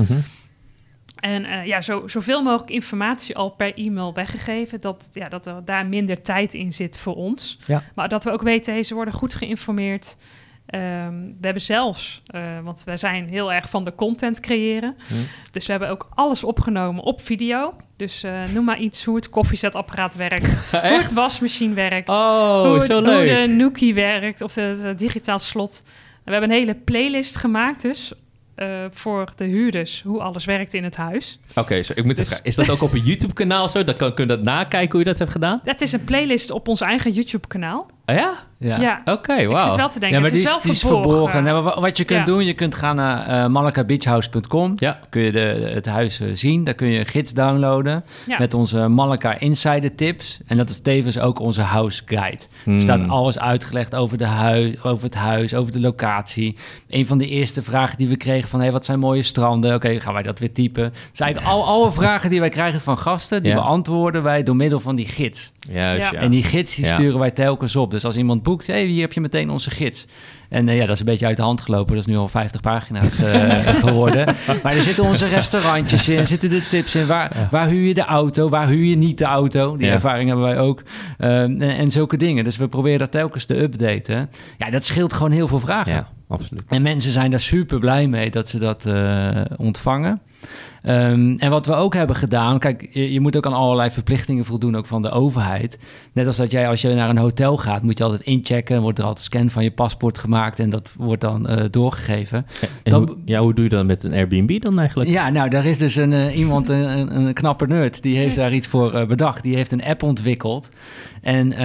En zoveel mogelijk informatie al per e-mail weggegeven, dat er daar minder tijd in zit voor ons. Ja. Maar dat we ook weten, ze worden goed geïnformeerd. We hebben zelfs, want wij zijn heel erg van de content creëren. Dus we hebben ook alles opgenomen op video. Dus noem maar iets, hoe het koffiezetapparaat werkt. Hoe het wasmachine werkt. Hoe de Nookie werkt. Of het digitaal slot. We hebben een hele playlist gemaakt dus. Voor de huurders, hoe alles werkt in het huis. Oké, ik moet even vragen. Is dat ook op een YouTube-kanaal zo? Kun je dat nakijken hoe je dat hebt gedaan? Dat is een playlist op ons eigen YouTube-kanaal. Oh ja? Ja. Oké, wauw. Ik zit wel te denken, maar het is wel verborgen. Nou, wat je kunt doen, je kunt gaan naar malakabeachhouse.com. Ja. Kun je het huis zien. Daar kun je een gids downloaden met onze Malaka Insider tips. En dat is tevens ook onze house guide. Er staat alles uitgelegd over het huis, over de locatie. Een van de eerste vragen die we kregen van, wat zijn mooie stranden? Oké, gaan wij dat weer typen. Dus eigenlijk alle vragen die wij krijgen van gasten, die beantwoorden wij door middel van die gids. Juist, ja. En die gids die sturen wij telkens op. Dus als iemand boekt, hier heb je meteen onze gids. En dat is een beetje uit de hand gelopen. Dat is nu al 50 pagina's geworden. Maar er zitten onze restaurantjes in, zitten de tips in. Waar huur je de auto? Waar huur je niet de auto? Die ervaring hebben wij ook. En zulke dingen. Dus we proberen dat telkens te updaten. Ja, dat scheelt gewoon heel veel vragen. Ja, absoluut. En mensen zijn daar super blij mee dat ze dat ontvangen. En wat we ook hebben gedaan, kijk, je moet ook aan allerlei verplichtingen voldoen, ook van de overheid. Net als dat als je naar een hotel gaat, moet je altijd inchecken. Dan wordt er altijd een scan van je paspoort gemaakt en dat wordt dan doorgegeven. Hoe doe je dat met een Airbnb dan eigenlijk? Ja, nou, daar is dus iemand, een knappe nerd, die heeft daar iets voor bedacht. Die heeft een app ontwikkeld. En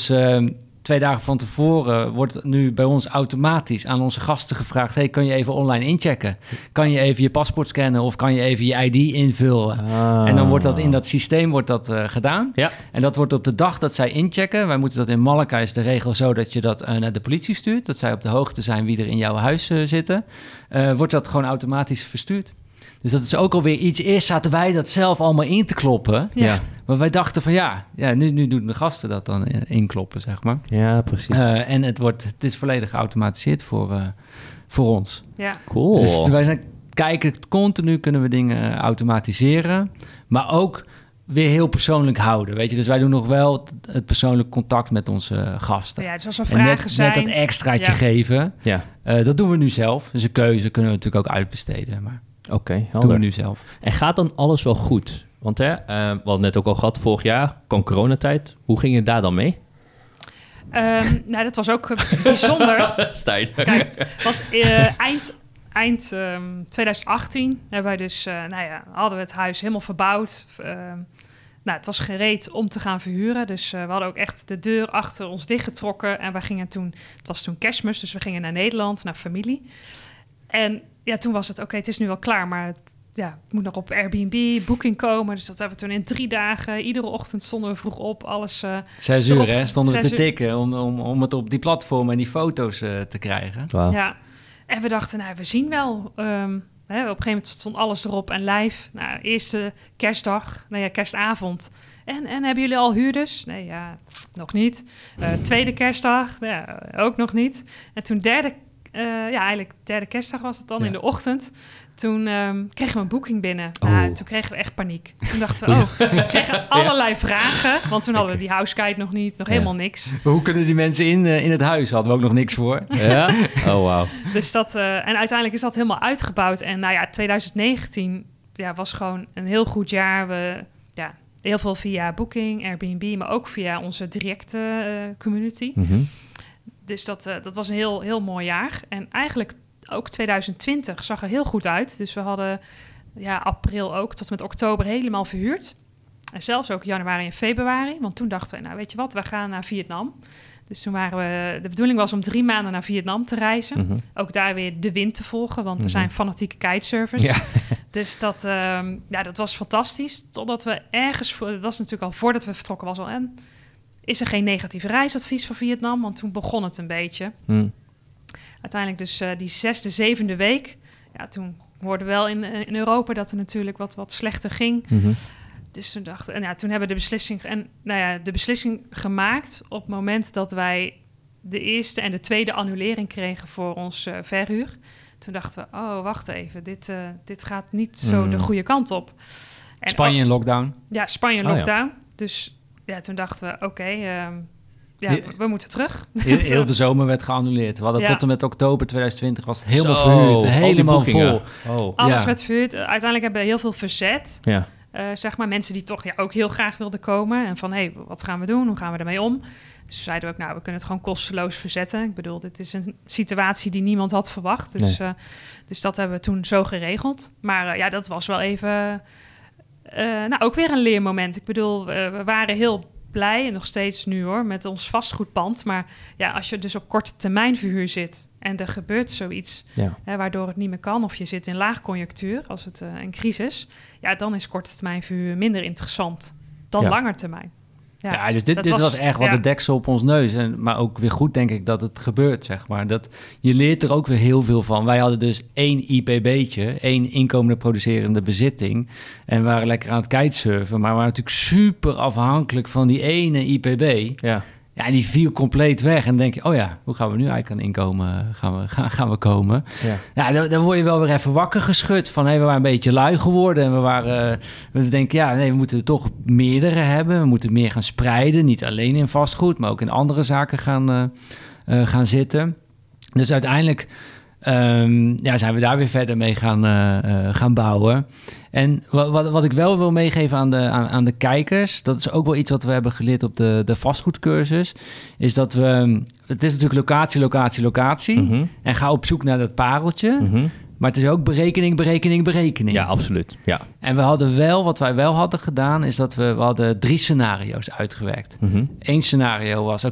2 dagen van tevoren wordt nu bij ons automatisch aan onze gasten gevraagd, kan je even online inchecken? Kan je even je paspoort scannen of kan je even je ID invullen? En dan wordt dat in dat systeem gedaan. Ja. En dat wordt op de dag dat zij inchecken. Wij moeten dat in Malaka is de regel zo dat je dat naar de politie stuurt. Dat zij op de hoogte zijn wie er in jouw huis zitten. Wordt dat gewoon automatisch verstuurd. Dus dat is ook alweer iets. Eerst zaten wij dat zelf allemaal in te kloppen. Ja. Maar wij dachten van nu doen de gasten dat dan inkloppen, zeg maar. Ja, precies. En het is volledig geautomatiseerd voor ons. Ja. Cool. Dus wij kijken continu kunnen we dingen automatiseren. Maar ook weer heel persoonlijk houden, weet je. Dus wij doen nog wel het persoonlijk contact met onze gasten. Ja, dus als er vragen zijn... net dat extraatje geven. Ja. Dat doen we nu zelf. Dus een keuze kunnen we natuurlijk ook uitbesteden, maar... Oké, doen we nu zelf. En gaat dan alles wel goed? Want we hadden net ook al gehad, vorig jaar kwam coronatijd. Hoe ging het daar dan mee? Dat was ook bijzonder. Stijn. Kijk, want eind 2018 hebben wij dus, hadden we het huis helemaal verbouwd. Het was gereed om te gaan verhuren. Dus we hadden ook echt de deur achter ons dichtgetrokken. En wij gingen het was toen Kerstmis, dus we gingen naar Nederland, naar familie. En toen was het, het is nu wel klaar, maar moet nog op Airbnb, boeking komen. Dus dat hebben we toen in 3 dagen. Iedere ochtend stonden we vroeg op. Alles 6 uur, hè? Stonden we te tikken om het op die platform en die foto's te krijgen. Wow. Ja, en we dachten, we zien wel. Op een gegeven moment stond alles erop en live. Eerste kerstdag, kerstavond. En hebben jullie al huurders? Nee, nog niet. Tweede kerstdag, ook nog niet. En toen derde kerstdag was het dan in de ochtend. Toen kregen we een boeking binnen. Toen kregen we echt paniek. Toen dachten we, we kregen allerlei vragen. Want toen hadden we die house guide nog niet, helemaal niks. Maar hoe kunnen die mensen in het huis? Hadden we ook nog niks voor. Ja? Oh, wauw. Dus en uiteindelijk is dat helemaal uitgebouwd. En 2019 was gewoon een heel goed jaar. We heel veel via Booking, Airbnb, maar ook via onze directe community. Mm-hmm. Dus dat was een heel, heel mooi jaar. En eigenlijk ook 2020 zag er heel goed uit. Dus we hadden april ook tot en met oktober helemaal verhuurd. En zelfs ook januari en februari. Want toen dachten we, weet je wat, we gaan naar Vietnam. Dus toen de bedoeling was om 3 maanden naar Vietnam te reizen. Mm-hmm. Ook daar weer de wind te volgen, want we zijn fanatieke kitesurfers. Ja. Dus dat was fantastisch. Totdat we ergens, dat was natuurlijk al voordat we vertrokken, was al is er geen negatief reisadvies voor Vietnam, want toen begon het een beetje. Uiteindelijk dus die 6e, 7e week. Ja, toen hoorden we wel in Europa dat er natuurlijk wat slechter ging. Mm-hmm. Dus toen toen hebben we de beslissing gemaakt op het moment dat wij de eerste en de tweede annulering kregen voor ons verhuur. Toen dachten we, wacht even, dit gaat niet zo de goede kant op. En Spanje in lockdown. Ja, Spanje in lockdown. Dus toen dachten we, we moeten terug. Heel de zomer werd geannuleerd. We hadden tot en met oktober 2020 was het helemaal verhuurd. Helemaal vol. Alles werd verhuurd. Uiteindelijk hebben we heel veel verzet. Ja. Zeg maar mensen die toch ook heel graag wilden komen. En van, wat gaan we doen? Hoe gaan we ermee om? Dus zeiden we ook, we kunnen het gewoon kosteloos verzetten. Ik bedoel, dit is een situatie die niemand had verwacht. Dus, dus dat hebben we toen zo geregeld. Maar dat was wel even... ook weer een leermoment. Ik bedoel, we waren heel blij, en nog steeds nu hoor, met ons vastgoedpand. Maar als je dus op korte termijn verhuur zit en er gebeurt zoiets waardoor het niet meer kan, of je zit in laagconjunctuur, als het een crisis, dan is korte termijn verhuur minder interessant dan langer termijn. Ja, dus dit was echt wel de deksel op ons neus. Maar ook weer goed, denk ik, dat het gebeurt, zeg maar. Je leert er ook weer heel veel van. Wij hadden dus 1 IPB'tje, 1 inkomende producerende bezitting. En we waren lekker aan het kitesurfen. Maar we waren natuurlijk super afhankelijk van die ene IPB. Ja. Ja, die viel compleet weg. En dan denk je, hoe gaan we nu eigenlijk aan inkomen gaan we komen? Ja, dan word je wel weer even wakker geschud van, we waren een beetje lui geworden. En we denken, we moeten er toch meerdere hebben. We moeten meer gaan spreiden. Niet alleen in vastgoed, maar ook in andere zaken gaan zitten. Dus uiteindelijk zijn we daar weer verder mee gaan bouwen. En wat ik wel wil meegeven aan de kijkers, dat is ook wel iets wat we hebben geleerd op de vastgoedcursus, is dat het is natuurlijk locatie. Mm-hmm. En ga op zoek naar dat pareltje. Mm-hmm. Maar het is ook berekening. Ja, absoluut. Ja. En wat wij wel hadden gedaan, is dat we hadden 3 scenario's uitgewerkt. Mm-hmm. 1 scenario was,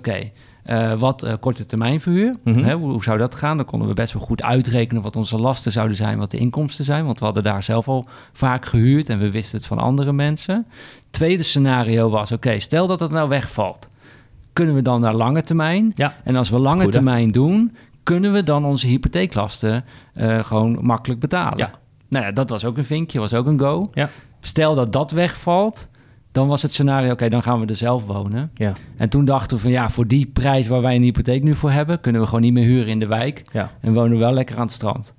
wat korte termijn verhuur. Mm-hmm. Hoe zou dat gaan? Dan konden we best wel goed uitrekenen wat onze lasten zouden zijn, wat de inkomsten zijn. Want we hadden daar zelf al vaak gehuurd en we wisten het van andere mensen. Tweede scenario was, stel dat het nou wegvalt. Kunnen we dan naar lange termijn? Ja. En als we lange termijn doen, kunnen we dan onze hypotheeklasten gewoon makkelijk betalen? Ja. Nou ja, dat was ook een vinkje, was ook een go. Ja. Stel dat dat wegvalt, dan was het scenario, dan gaan we er zelf wonen. Ja. En toen dachten we van, voor die prijs waar wij een hypotheek nu voor hebben, kunnen we gewoon niet meer huren in de wijk. Ja. En wonen we wel lekker aan het strand.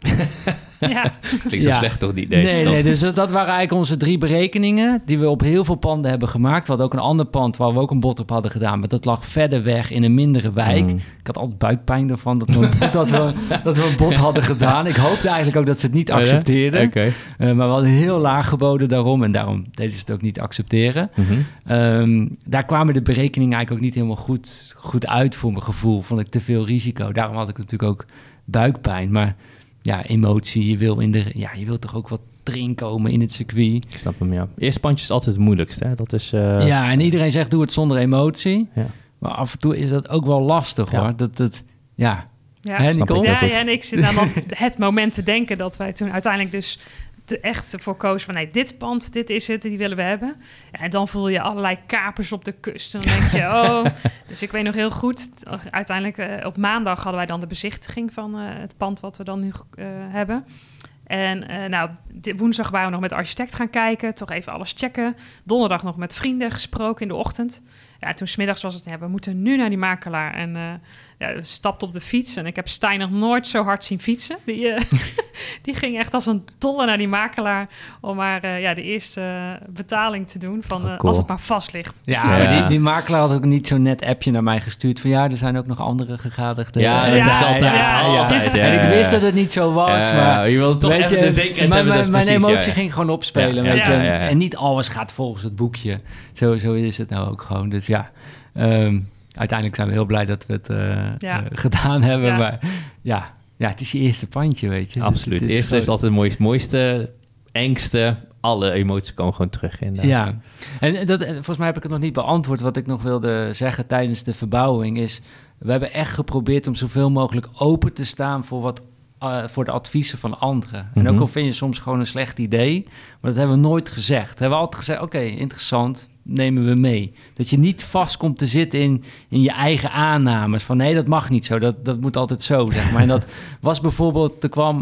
Klinkt zo slecht toch niet? Nee, dus dat waren eigenlijk onze 3 berekeningen die we op heel veel panden hebben gemaakt. We hadden ook een ander pand waar we ook een bod op hadden gedaan, maar dat lag verder weg in een mindere wijk. Ik had altijd buikpijn ervan dat we een bod hadden gedaan. Ik hoopte eigenlijk ook dat ze het niet accepteerden. Okay. Maar we hadden heel laag geboden daarom en daarom deden ze het ook niet accepteren. Mm-hmm. Daar kwamen de berekeningen eigenlijk ook niet helemaal goed uit voor mijn gevoel. Vond ik te veel risico. Daarom had ik natuurlijk ook buikpijn. Maar emotie, je wil toch ook wat erin komen in het circuit. Ik snap hem, Eerste pandje is altijd het moeilijkste, hè? Dat is... Ja, en iedereen zegt doe het zonder emotie. Ja. Maar af en toe is dat ook wel lastig, hoor. Ja, en ik zit aan het moment te denken dat wij toen uiteindelijk dus echt voor koos van... nee, dit pand, dit is het, die willen we hebben. Ja, en dan voel je allerlei kapers op de kust. En dan denk je, Dus ik weet nog heel goed... uiteindelijk op maandag hadden wij dan de bezichtiging... van het pand wat we dan nu hebben... En woensdag waren we nog met de architect gaan kijken. Toch even alles checken. Donderdag nog met vrienden gesproken in de ochtend. Ja, toen 's middags was het... we moeten nu naar die makelaar. En we stapten op de fiets. En ik heb Stijn nog nooit zo hard zien fietsen. Die ging echt als een dolle naar die makelaar... om maar de eerste betaling te doen. Van cool. Als het maar vast ligt. Ja, maar die makelaar had ook niet zo'n net appje naar mij gestuurd... van er zijn ook nog andere gegadigden. Ja, dat is altijd. En ik wist dat het niet zo was. Maar je wilde toch even de zekerheid hebben. Mijn emotie ging gewoon opspelen. Weet je? En niet alles gaat volgens het boekje. Zo is het nou ook gewoon. Dus uiteindelijk zijn we heel blij dat we het gedaan hebben. Ja. Maar het is je eerste pandje, weet je. Absoluut. Dus het eerste is altijd het mooiste, engste. Alle emoties komen gewoon terug, inderdaad. Ja, en volgens mij heb ik het nog niet beantwoord. Wat ik nog wilde zeggen tijdens de verbouwing is... we hebben echt geprobeerd om zoveel mogelijk open te staan... voor de adviezen van anderen. En ook al vind je soms gewoon een slecht idee... maar dat hebben we nooit gezegd. We hebben altijd gezegd, oké, interessant, nemen we mee. Dat je niet vast komt te zitten in je eigen aannames... van nee, dat mag niet zo, dat moet altijd zo, zeg maar. En dat was bijvoorbeeld,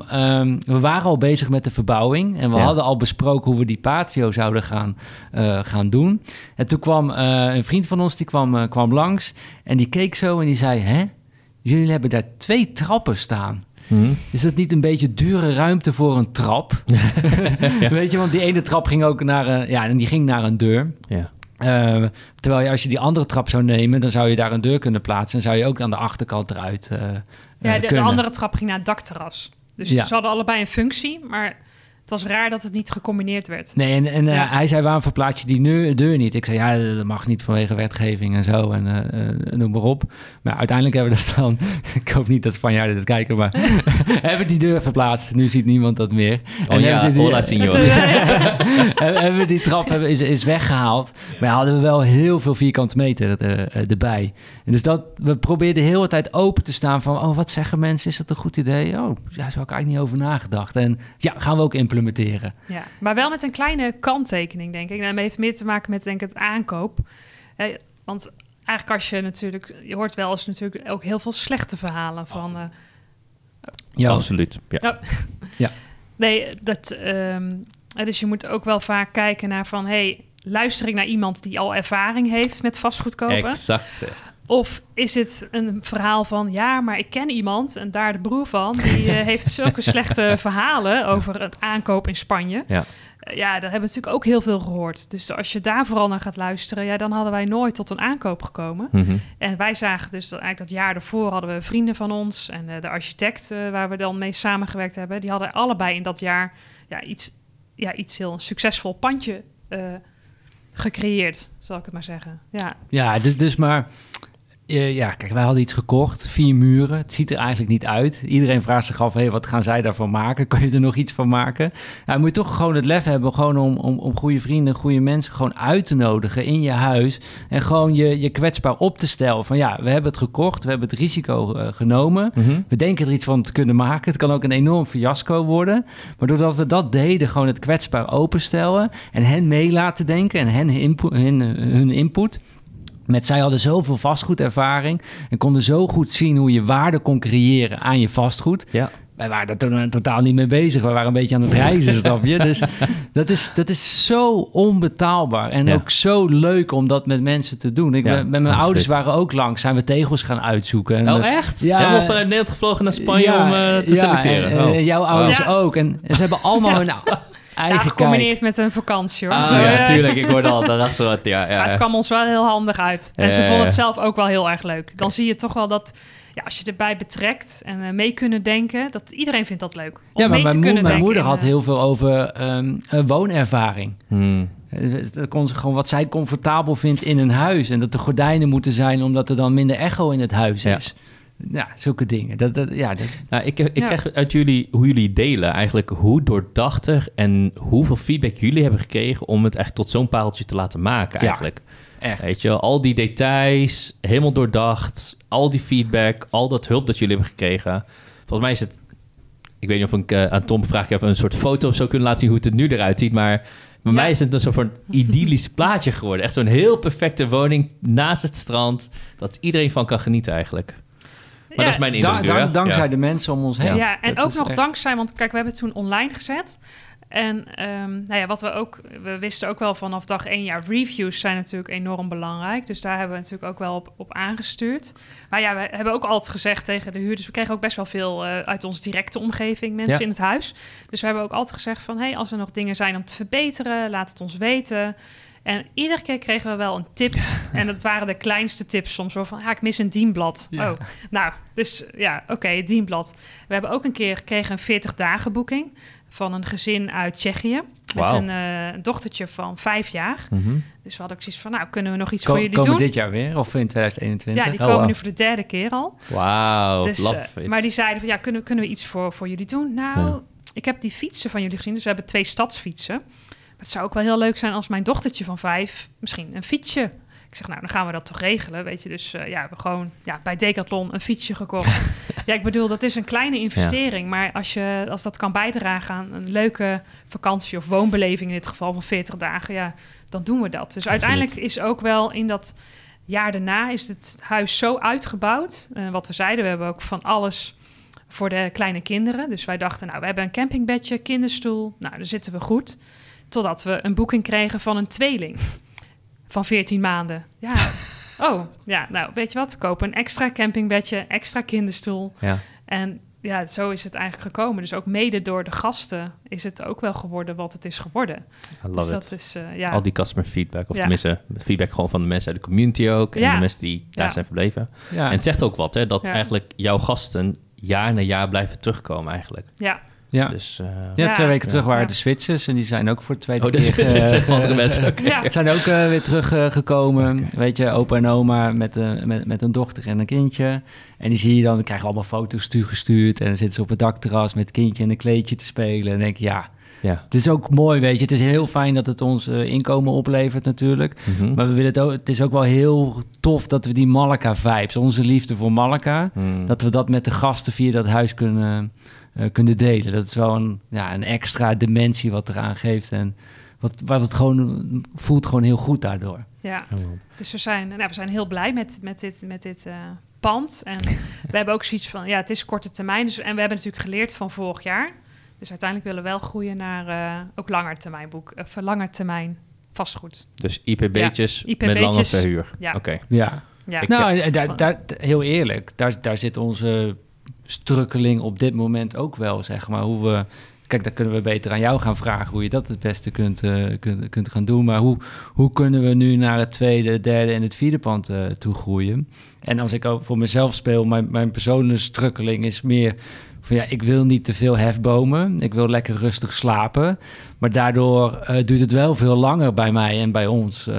we waren al bezig met de verbouwing... en we hadden al besproken hoe we die patio zouden gaan doen. En toen kwam een vriend van ons, die kwam langs... en die keek zo en die zei... hè, jullie hebben daar 2 trappen staan... Is dat niet een beetje dure ruimte voor een trap? Weet je, want die ene trap ging ook naar een deur. Ja. Terwijl als je die andere trap zou nemen... dan zou je daar een deur kunnen plaatsen... en zou je ook aan de achterkant eruit de andere trap ging naar het dakterras. Dus ze hadden allebei een functie, maar... het was raar dat het niet gecombineerd werd. Nee, en hij zei, waarom verplaats je die deur niet? Ik zei, dat mag niet vanwege wetgeving en zo. En noem maar op. Maar uiteindelijk hebben we dat dan... ik hoop niet dat Spanjaarden dat kijken, maar... hebben die deur verplaatst. Nu ziet niemand dat meer. Hola, signor. Hebben we die trap is weggehaald. Maar hadden we wel heel veel vierkante meter erbij. En dus we probeerden de hele tijd open te staan van... wat zeggen mensen? Is dat een goed idee? Zou ik eigenlijk niet over nagedacht. En gaan we ook implementeren. Ja, maar wel met een kleine kanttekening, denk ik. En dat heeft meer te maken met, denk ik, het aankoop. Want eigenlijk als je natuurlijk... je hoort wel eens natuurlijk ook heel veel slechte verhalen van... ja, absoluut. Ja. Nee, dus je moet ook wel vaak kijken naar van... luister ik naar iemand die al ervaring heeft met vastgoed kopen? Exact. Of is het een verhaal van... ja, maar ik ken iemand en daar de broer van... die heeft zulke slechte verhalen over het aankoop in Spanje. Ja, daar hebben we natuurlijk ook heel veel gehoord. Dus als je daar vooral naar gaat luisteren... dan hadden wij nooit tot een aankoop gekomen. Mm-hmm. En wij zagen dus dat eigenlijk dat jaar daarvoor... hadden we vrienden van ons en de architect... waar we dan mee samengewerkt hebben... die hadden allebei in dat jaar iets heel succesvol pandje gecreëerd, zal ik het maar zeggen. Ja, dus maar... kijk, wij hadden iets gekocht, 4 muren. Het ziet er eigenlijk niet uit. Iedereen vraagt zich af, wat gaan zij daarvan maken? Kan je er nog iets van maken? Nou, moet je toch gewoon het lef hebben, gewoon om goede vrienden, goede mensen gewoon uit te nodigen in je huis. En gewoon je kwetsbaar op te stellen. Van we hebben het gekocht, we hebben het risico genomen. Mm-hmm. We denken er iets van te kunnen maken. Het kan ook een enorm fiasco worden. Maar doordat we dat deden, gewoon het kwetsbaar openstellen en hen mee laten denken en hun input... Zij hadden zoveel vastgoedervaring en konden zo goed zien hoe je waarde kon creëren aan je vastgoed. Ja. Wij waren daar totaal niet mee bezig. We waren een beetje aan het reizen, snap je? Dus dat is zo onbetaalbaar en ook zo leuk om dat met mensen te doen. Met mijn ouders waren ook langs, zijn we tegels gaan uitzoeken. En, echt? Ja. Helemaal vanuit Nederland gevlogen naar Spanje om te selecteren. En jouw ouders ook. En ze hebben allemaal hun... gecombineerd met een vakantie, hoor. Tuurlijk. Ik hoorde al daarachter wat. Maar het kwam ons wel heel handig uit. En ze vonden het zelf ook wel heel erg leuk. Dan zie je toch wel dat... als je erbij betrekt en mee kunnen denken... dat iedereen vindt dat leuk. Maar mijn moeder had heel veel over woonervaring. Dat kon ze gewoon wat zij comfortabel vindt in een huis. En dat de gordijnen moeten zijn... omdat er dan minder echo in het huis is. Ja, zulke dingen. Ik krijg uit jullie, hoe jullie delen eigenlijk... hoe doordachtig en hoeveel feedback jullie hebben gekregen... om het echt tot zo'n pareltje te laten maken eigenlijk. Ja, echt. Weet je, al die details, helemaal doordacht... al die feedback, al dat hulp dat jullie hebben gekregen... volgens mij is het Ik weet niet of ik aan Tom vraag, ik heb een soort foto of zo kunnen laten zien hoe het er nu eruit ziet, maar bij mij is het een soort van idyllisch plaatje geworden. Echt zo'n heel perfecte woning naast het strand, dat iedereen van kan genieten eigenlijk. Maar dat is mijn indruk. Dankzij de mensen om ons heen. Ja, en ook nog echt dankzij, want kijk, we hebben het toen online gezet. En wat we wisten ook wel vanaf dag 1 jaar, reviews zijn natuurlijk enorm belangrijk. Dus daar hebben we natuurlijk ook wel op aangestuurd. Maar ja, we hebben ook altijd gezegd tegen de huurders, we kregen ook best wel veel uit onze directe omgeving, mensen in het huis. Dus we hebben ook altijd gezegd van, als er nog dingen zijn om te verbeteren, laat het ons weten. En iedere keer kregen we wel een tip. En dat waren de kleinste tips soms. Zo van, ik mis een dienblad. Ja. Oh, nou, dus oké, dienblad. We hebben ook een keer gekregen een 40 dagen boeking van een gezin uit Tsjechië. Met een dochtertje van 5 jaar. Mm-hmm. Dus we hadden ook zoiets van, kunnen we nog iets voor jullie doen? Komen dit jaar weer? Of in 2021? Ja, die komen nu voor de 3e keer al. Wauw, dus, love it. Maar die zeiden van, kunnen we iets voor jullie doen? Nou, ik heb die fietsen van jullie gezien. Dus we hebben 2 stadsfietsen. Maar het zou ook wel heel leuk zijn als mijn dochtertje van 5 misschien een fietsje. Ik zeg, dan gaan we dat toch regelen, weet je. Dus we hebben gewoon bij Decathlon een fietsje gekocht. Ja, ik bedoel, dat is een kleine investering. Ja. Maar als dat kan bijdragen aan een leuke vakantie of woonbeleving in dit geval van 40 dagen, dan doen we dat. Dus uiteindelijk is ook wel in dat jaar daarna is het huis zo uitgebouwd. Wat we zeiden, we hebben ook van alles voor de kleine kinderen. Dus wij dachten, we hebben een campingbedje, kinderstoel. Nou, daar zitten we goed. Totdat we een boeking kregen van een tweeling van 14 maanden. Ja, weet je wat? Kopen een extra campingbedje, extra kinderstoel. Ja. En zo is het eigenlijk gekomen. Dus ook mede door de gasten is het ook wel geworden wat het is geworden. I love it. Dat is, al die customer feedback, of tenminste feedback gewoon van de mensen uit de community ook. En de mensen die daar zijn verbleven. Ja. En het zegt ook wat, hè, dat eigenlijk jouw gasten jaar na jaar blijven terugkomen eigenlijk. Ja. Ja. Dus, 2 weken terug waren de Zwitsers en die zijn ook voor de tweede keer... zeggen andere mensen. Okay. Zijn ook weer teruggekomen. Weet je, opa en oma met een dochter en een kindje. En die zie je dan krijgen allemaal foto's gestuurd. En dan zitten ze op het dakterras met het kindje en een kleedje te spelen. En dan denk je, het is ook mooi, weet je. Het is heel fijn dat het ons inkomen oplevert natuurlijk. Mm-hmm. Maar we willen het ook, het is ook wel heel tof dat we die Malaga-vibes, onze liefde voor Malaga, dat we dat met de gasten via dat huis kunnen delen. Dat is wel een extra dimensie wat eraan geeft en wat het gewoon voelt gewoon heel goed daardoor. Ja, dus we zijn heel blij met dit pand. En we hebben ook zoiets van, het is korte termijn. Dus, en we hebben natuurlijk geleerd van vorig jaar. Dus uiteindelijk willen we wel groeien naar ook langer termijn vastgoed. Dus IPB'tjes met lange verhuur. Ja. Okay. Ja. Nou, daar, heel eerlijk, daar zit onze strukkeling op dit moment ook wel, zeg maar. Kijk, daar kunnen we beter aan jou gaan vragen hoe je dat het beste kunt gaan doen. Maar hoe kunnen we nu naar het 2e, 3e en het 4e pand toe groeien? En als ik ook voor mezelf speel, mijn persoonlijke strukkeling is meer van ik wil niet te veel hefbomen. Ik wil lekker rustig slapen. Maar daardoor duurt het wel veel langer bij mij en bij ons,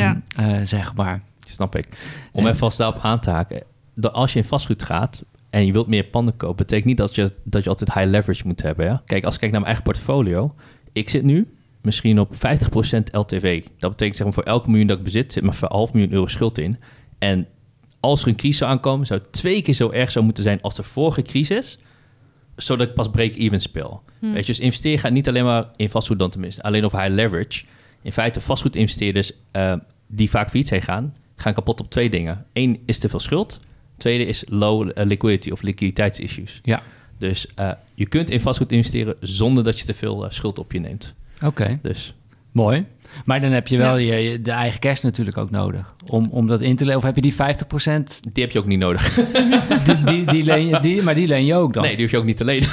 zeg maar. Snap ik. Om even vast daarop aan te haken. Als je in vastgoed gaat en je wilt meer panden kopen, betekent niet dat je altijd high leverage moet hebben. Ja? Kijk, als ik kijk naar mijn eigen portfolio, ik zit nu misschien op 50% LTV. Dat betekent, zeg maar, voor elke miljoen dat ik bezit, zit maar voor €500.000 schuld in. En als er een crisis zou aankomen, zou het 2 keer zo erg moeten zijn als de vorige crisis, zodat ik pas break-even speel. Weet je, dus investeren gaat niet alleen maar in vastgoed dan tenminste, alleen over high leverage. In feite, vastgoedinvesteerders die vaak failliet zijn gaan kapot op 2 dingen. 1 is te veel schuld. Tweede is low liquidity of liquiditeitsissues. Ja. Dus je kunt in vastgoed investeren zonder dat je te veel schuld op je neemt. Oké. Dus mooi. Maar dan heb je wel de eigen cash natuurlijk ook nodig. Om dat in te lenen. Of heb je die 50%? Die heb je ook niet nodig. Maar die leen je ook dan? Nee, die hoef je ook niet te lenen.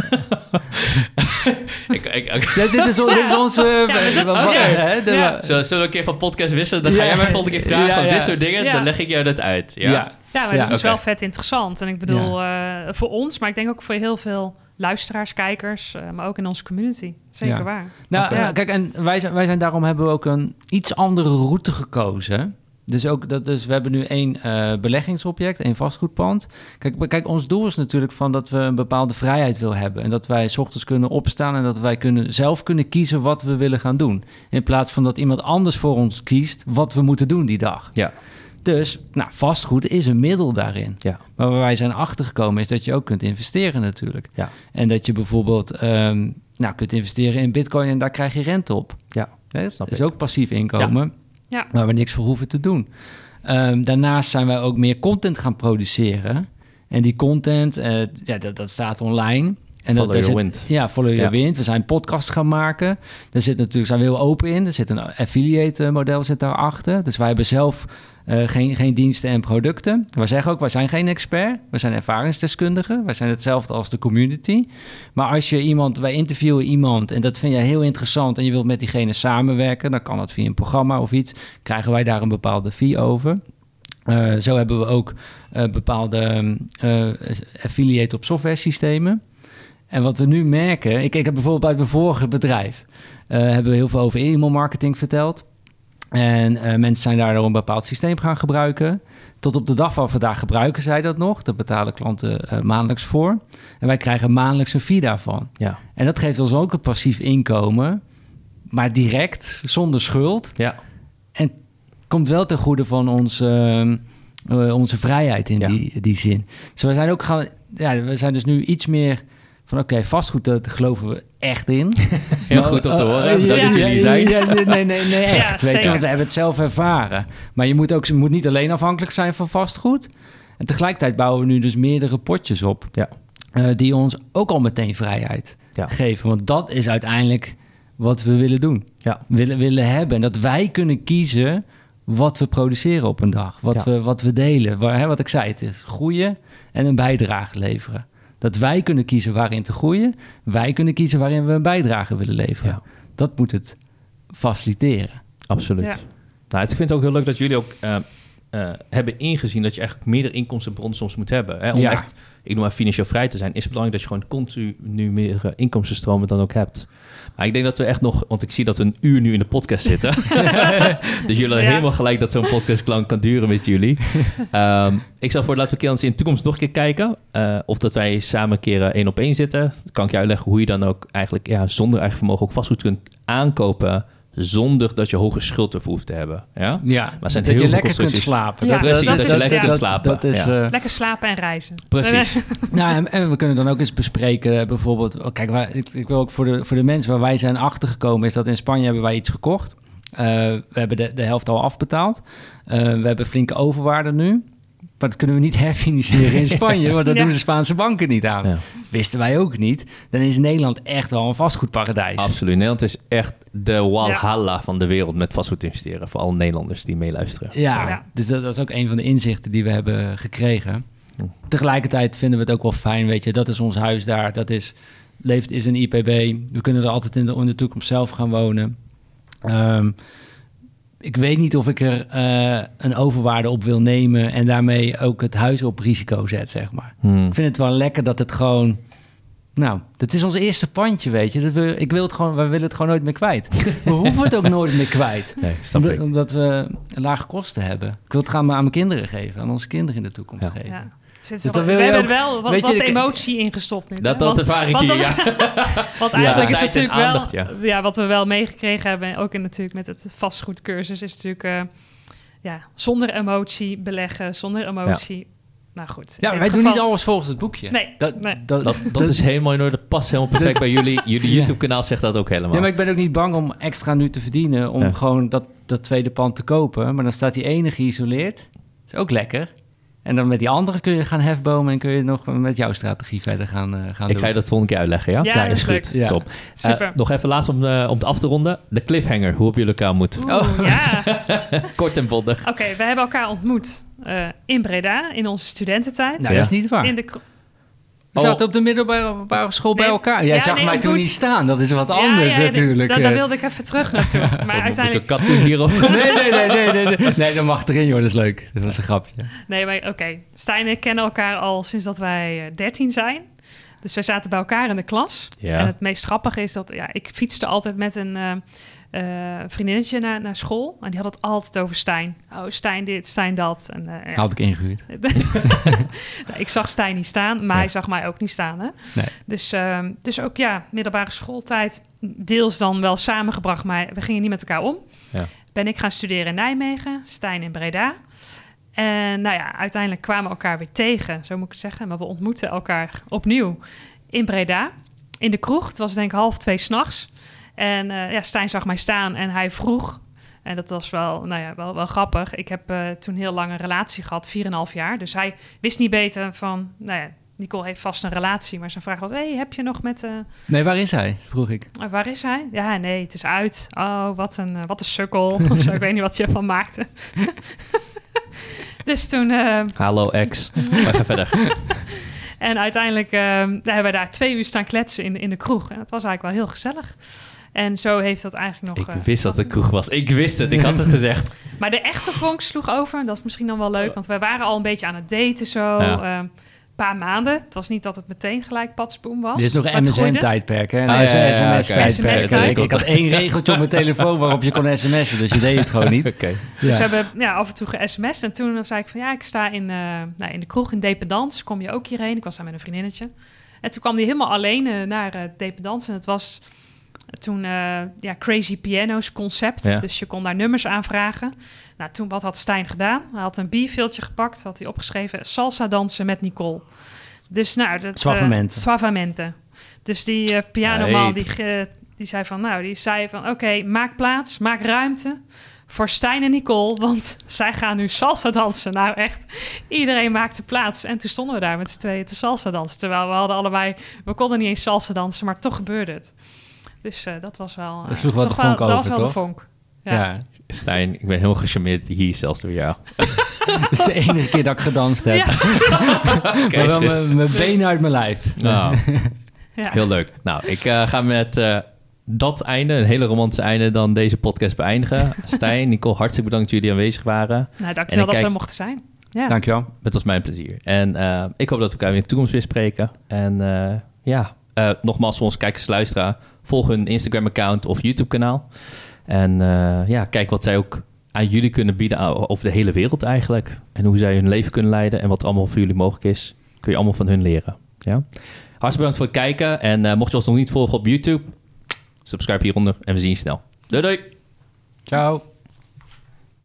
Dit is onze... Zullen we een keer van podcast wisselen? Dan ga jij mij volgende keer vragen van dit soort dingen. Dan leg ik jou dat uit. Ja, maar dat is wel vet interessant. En ik bedoel, voor ons, maar ik denk ook voor heel veel luisteraars, kijkers, maar ook in onze community. Zeker waar. Nou, kijk, en wij zijn daarom hebben we ook een iets andere route gekozen. Dus we hebben nu 1 beleggingsobject, 1 vastgoedpand. Kijk, ons doel is natuurlijk van dat we een bepaalde vrijheid willen hebben. En dat wij 's ochtends kunnen opstaan en dat wij zelf kunnen kiezen wat we willen gaan doen. In plaats van dat iemand anders voor ons kiest wat we moeten doen die dag. Ja. Dus vastgoed is een middel daarin. Ja. Maar waar wij zijn achtergekomen is dat je ook kunt investeren natuurlijk. Ja. En dat je bijvoorbeeld kunt investeren in Bitcoin en daar krijg je rente op. Ja, dat is ook passief inkomen waar we niks voor hoeven te doen. Daarnaast zijn wij ook meer content gaan produceren. En die content, dat staat online. En Follow your wind. Ja, follow your wind. We zijn podcasts gaan maken. Daar zijn we heel open in. Er zit een affiliate model daarachter. Dus wij hebben zelf geen diensten en producten. We zeggen ook, wij zijn geen expert. We zijn ervaringsdeskundigen. Wij zijn hetzelfde als de community. Maar als je wij interviewen iemand en dat vind je heel interessant en je wilt met diegene samenwerken, dan kan dat via een programma of iets. Krijgen wij daar een bepaalde fee over. Zo hebben we ook bepaalde affiliate op software systemen. En wat we nu merken, ik heb bijvoorbeeld bij mijn vorige bedrijf, hebben we heel veel over e-mail marketing verteld. En mensen zijn daardoor een bepaald systeem gaan gebruiken. Tot op de dag van vandaag gebruiken zij dat nog. Daar betalen klanten maandelijks voor. En wij krijgen maandelijks een fee daarvan. Ja. En dat geeft ons ook een passief inkomen, maar direct, zonder schuld. Ja. En komt wel ten goede van onze vrijheid in die zin. Dus we zijn ook we zijn dus nu iets meer van vastgoed, dat geloven we echt in. Heel goed om te horen, dat jullie zijn. Nee, echt. Weet je, want we hebben het zelf ervaren. Maar je moet niet alleen afhankelijk zijn van vastgoed. En tegelijkertijd bouwen we nu dus meerdere potjes op. Ja. Die ons ook al meteen vrijheid geven. Want dat is uiteindelijk wat we willen doen. Ja. Willen hebben. En dat wij kunnen kiezen wat we produceren op een dag. Wat we delen. Wat ik zei, het is groeien en een bijdrage leveren. Dat wij kunnen kiezen waarin te groeien. Wij kunnen kiezen waarin we een bijdrage willen leveren. Ja. Dat moet het faciliteren. Absoluut. Ja. Nou, ik vind het ook heel leuk dat jullie ook hebben ingezien dat je echt meerdere inkomstenbronnen soms moet hebben. Hè? Om echt, ik noem maar financieel vrij te zijn, is het belangrijk dat je gewoon continu meerdere inkomstenstromen dan ook hebt. Maar ik denk dat we echt nog, want ik zie dat we een uur nu in de podcast zitten. Dus jullie hebben helemaal gelijk dat zo'n podcast lang kan duren met jullie. Ik stel voor, laten we in de toekomst nog een keer kijken. Of dat wij samen een keer 1-op-1 zitten. Dan kan ik je uitleggen hoe je dan ook eigenlijk zonder eigen vermogen ook vastgoed kunt aankopen, zonder dat je hoge schuld ervoor hoeft te hebben. Ja? Maar zijn dat je lekker kunt slapen. Ja, precies, dat je lekker kunt slapen. Dat is, lekker slapen en reizen. Precies. En we kunnen dan ook eens bespreken, bijvoorbeeld, kijk, ik wil ook voor de mensen waar wij zijn achtergekomen, is dat in Spanje hebben wij iets gekocht. We hebben de helft al afbetaald. We hebben flinke overwaarde nu. Maar dat kunnen we niet herfinancieren in Spanje, want dat doen de Spaanse banken niet aan. Ja. Wisten wij ook niet. Dan is Nederland echt wel een vastgoedparadijs. Absoluut. Nederland is echt de walhalla van de wereld met vastgoed investeren. Voor alle Nederlanders die meeluisteren. Ja. Dus dat is ook een van de inzichten die we hebben gekregen. Tegelijkertijd vinden we het ook wel fijn, weet je. Dat is ons huis daar. Dat is een IPB. We kunnen er altijd in de toekomst zelf gaan wonen. Ik weet niet of ik er een overwaarde op wil nemen en daarmee ook het huis op risico zet, zeg maar. Ik vind het wel lekker dat het gewoon... Nou, dat is ons eerste pandje, weet je. We willen het gewoon nooit meer kwijt. We hoeven het ook nooit meer kwijt. Nee, omdat we lage kosten hebben. Ik wil het gaan aan mijn kinderen geven, aan onze kinderen in de toekomst geven. Ja. Dus we hebben wel wat emotie ingestopt nu. Dat ervaar ik hier, Want eigenlijk is het natuurlijk aandacht, wel... wat we wel meegekregen hebben, ook natuurlijk met het vastgoedcursus, is natuurlijk zonder emotie beleggen, zonder emotie... Ja. Nou goed. Ja, wij doen niet alles volgens het boekje. Nee. Dat is helemaal in orde. Dat past helemaal perfect bij jullie. Jullie YouTube-kanaal zegt dat ook helemaal. Ja, maar ik ben ook niet bang om extra nu te verdienen, om gewoon dat tweede pand te kopen. Maar dan staat die ene geïsoleerd. Dat is ook lekker. En dan met die andere kun je gaan hefbomen en kun je nog met jouw strategie verder gaan doen. Ik ga je dat volgende keer uitleggen, ja? Ja, dat is goed. Ja. Top. Super. Nog even laatst om het af te ronden. De cliffhanger, hoe hebben jullie elkaar ontmoet? Ja. Kort en bondig. Oké, we hebben elkaar ontmoet in Breda, in onze studententijd. Nou, dat is niet waar. We zaten op de middelbare school bij elkaar. Jij zag mij toen niet staan. Dat is wat anders natuurlijk. Daar wilde ik even terug naartoe. Maar uiteindelijk... Kat hierop. Nee, dat mag erin, joh. Dat is leuk. Dat was een grapje. Nee, maar oké. Stijn en ik kennen elkaar al sinds dat wij 13 zijn. Dus wij zaten bij elkaar in de klas. Ja. En het meest grappige is dat... ik fietste altijd met een vriendinnetje naar school. En die had het altijd over Stijn. Oh, Stijn dit, Stijn dat. Had ik ingehuurd. Ik zag Stijn niet staan, maar hij zag mij ook niet staan. Hè? Nee. Dus ook middelbare schooltijd deels dan wel samengebracht, maar we gingen niet met elkaar om. Ja. Ben ik gaan studeren in Nijmegen, Stijn in Breda. En nou ja, uiteindelijk kwamen we elkaar weer tegen, zo moet ik het zeggen. Maar we ontmoetten elkaar opnieuw in Breda, in de kroeg. Het was denk ik 1:30 s'nachts. En Stijn zag mij staan en hij vroeg... En dat was wel grappig. Ik heb toen heel lang een relatie gehad, 4,5 jaar. Dus hij wist niet beter van... Nicole heeft vast een relatie, maar zijn vraag was... heb je nog met... Nee, waar is hij? Vroeg ik. Waar is hij? Ja, nee, het is uit. Oh, wat een sukkel. Zo, ik weet niet wat je ervan maakte. Dus toen... Hallo, ex. Maar ga verder. En uiteindelijk hebben we daar 2 uur staan kletsen in de kroeg. En dat was eigenlijk wel heel gezellig. En zo heeft dat eigenlijk nog... Ik wist dat het een kroeg was. Ik wist het, ik had het gezegd. Maar de echte vonk sloeg over. Dat is misschien dan wel leuk, want wij waren al een beetje aan het daten zo... Ja. Paar maanden. Het was niet dat het meteen gelijk padspoem was. Dit is nog een MSN-tijdperk, hè? SMS-tijdperk. Ik had 1 regeltje op mijn telefoon waarop je kon sms'en, dus je deed het gewoon niet. Dus we hebben af en toe ge-sms'd. En toen zei ik van ik sta in de kroeg in Dependance. Kom je ook hierheen? Ik was daar met een vriendinnetje. En toen kwam hij helemaal alleen naar Dependance. En het was toen Crazy Piano's concept. Ja. Dus je kon daar nummers aanvragen. Nou, toen wat had Stijn gedaan? Hij had een bierveeltje gepakt, had hij opgeschreven... salsa dansen met Nicole. Dus dat... Suavamente. Dus die pianoman die zei van... Oké, maak plaats, maak ruimte voor Stijn en Nicole... want zij gaan nu salsa dansen. Nou echt, iedereen maakte plaats. En toen stonden we daar met z'n tweeën te salsa dansen. Terwijl we hadden allebei... We konden niet eens salsa dansen, maar toch gebeurde het. Dus dat was wel... Dat sloeg wel de vonk over, dat was wel de vonk. Ja. Stijn, ik ben heel gecharmeerd hier zelfs door jou. Dat is de enige keer dat ik gedanst heb. Ja, precies. Maar wel mijn benen uit mijn lijf. Nou, heel leuk. Nou, ik ga met dat einde, een hele romantische einde, dan deze podcast beëindigen. Stijn, Nicole, hartstikke bedankt dat jullie aanwezig waren. Nou, dankjewel dat we mochten zijn. Ja. Dankjewel. Het was mijn plezier. En ik hoop dat we elkaar weer in de toekomst weer spreken. En nogmaals voor onze kijkers en luisteraars, volg hun Instagram-account of YouTube-kanaal. En kijk wat zij ook aan jullie kunnen bieden over de hele wereld eigenlijk. En hoe zij hun leven kunnen leiden en wat er allemaal voor jullie mogelijk is. Kun je allemaal van hun leren. Ja? Hartstikke bedankt voor het kijken. En mocht je ons nog niet volgen op YouTube, subscribe hieronder en we zien je snel. Doei doei. Ciao.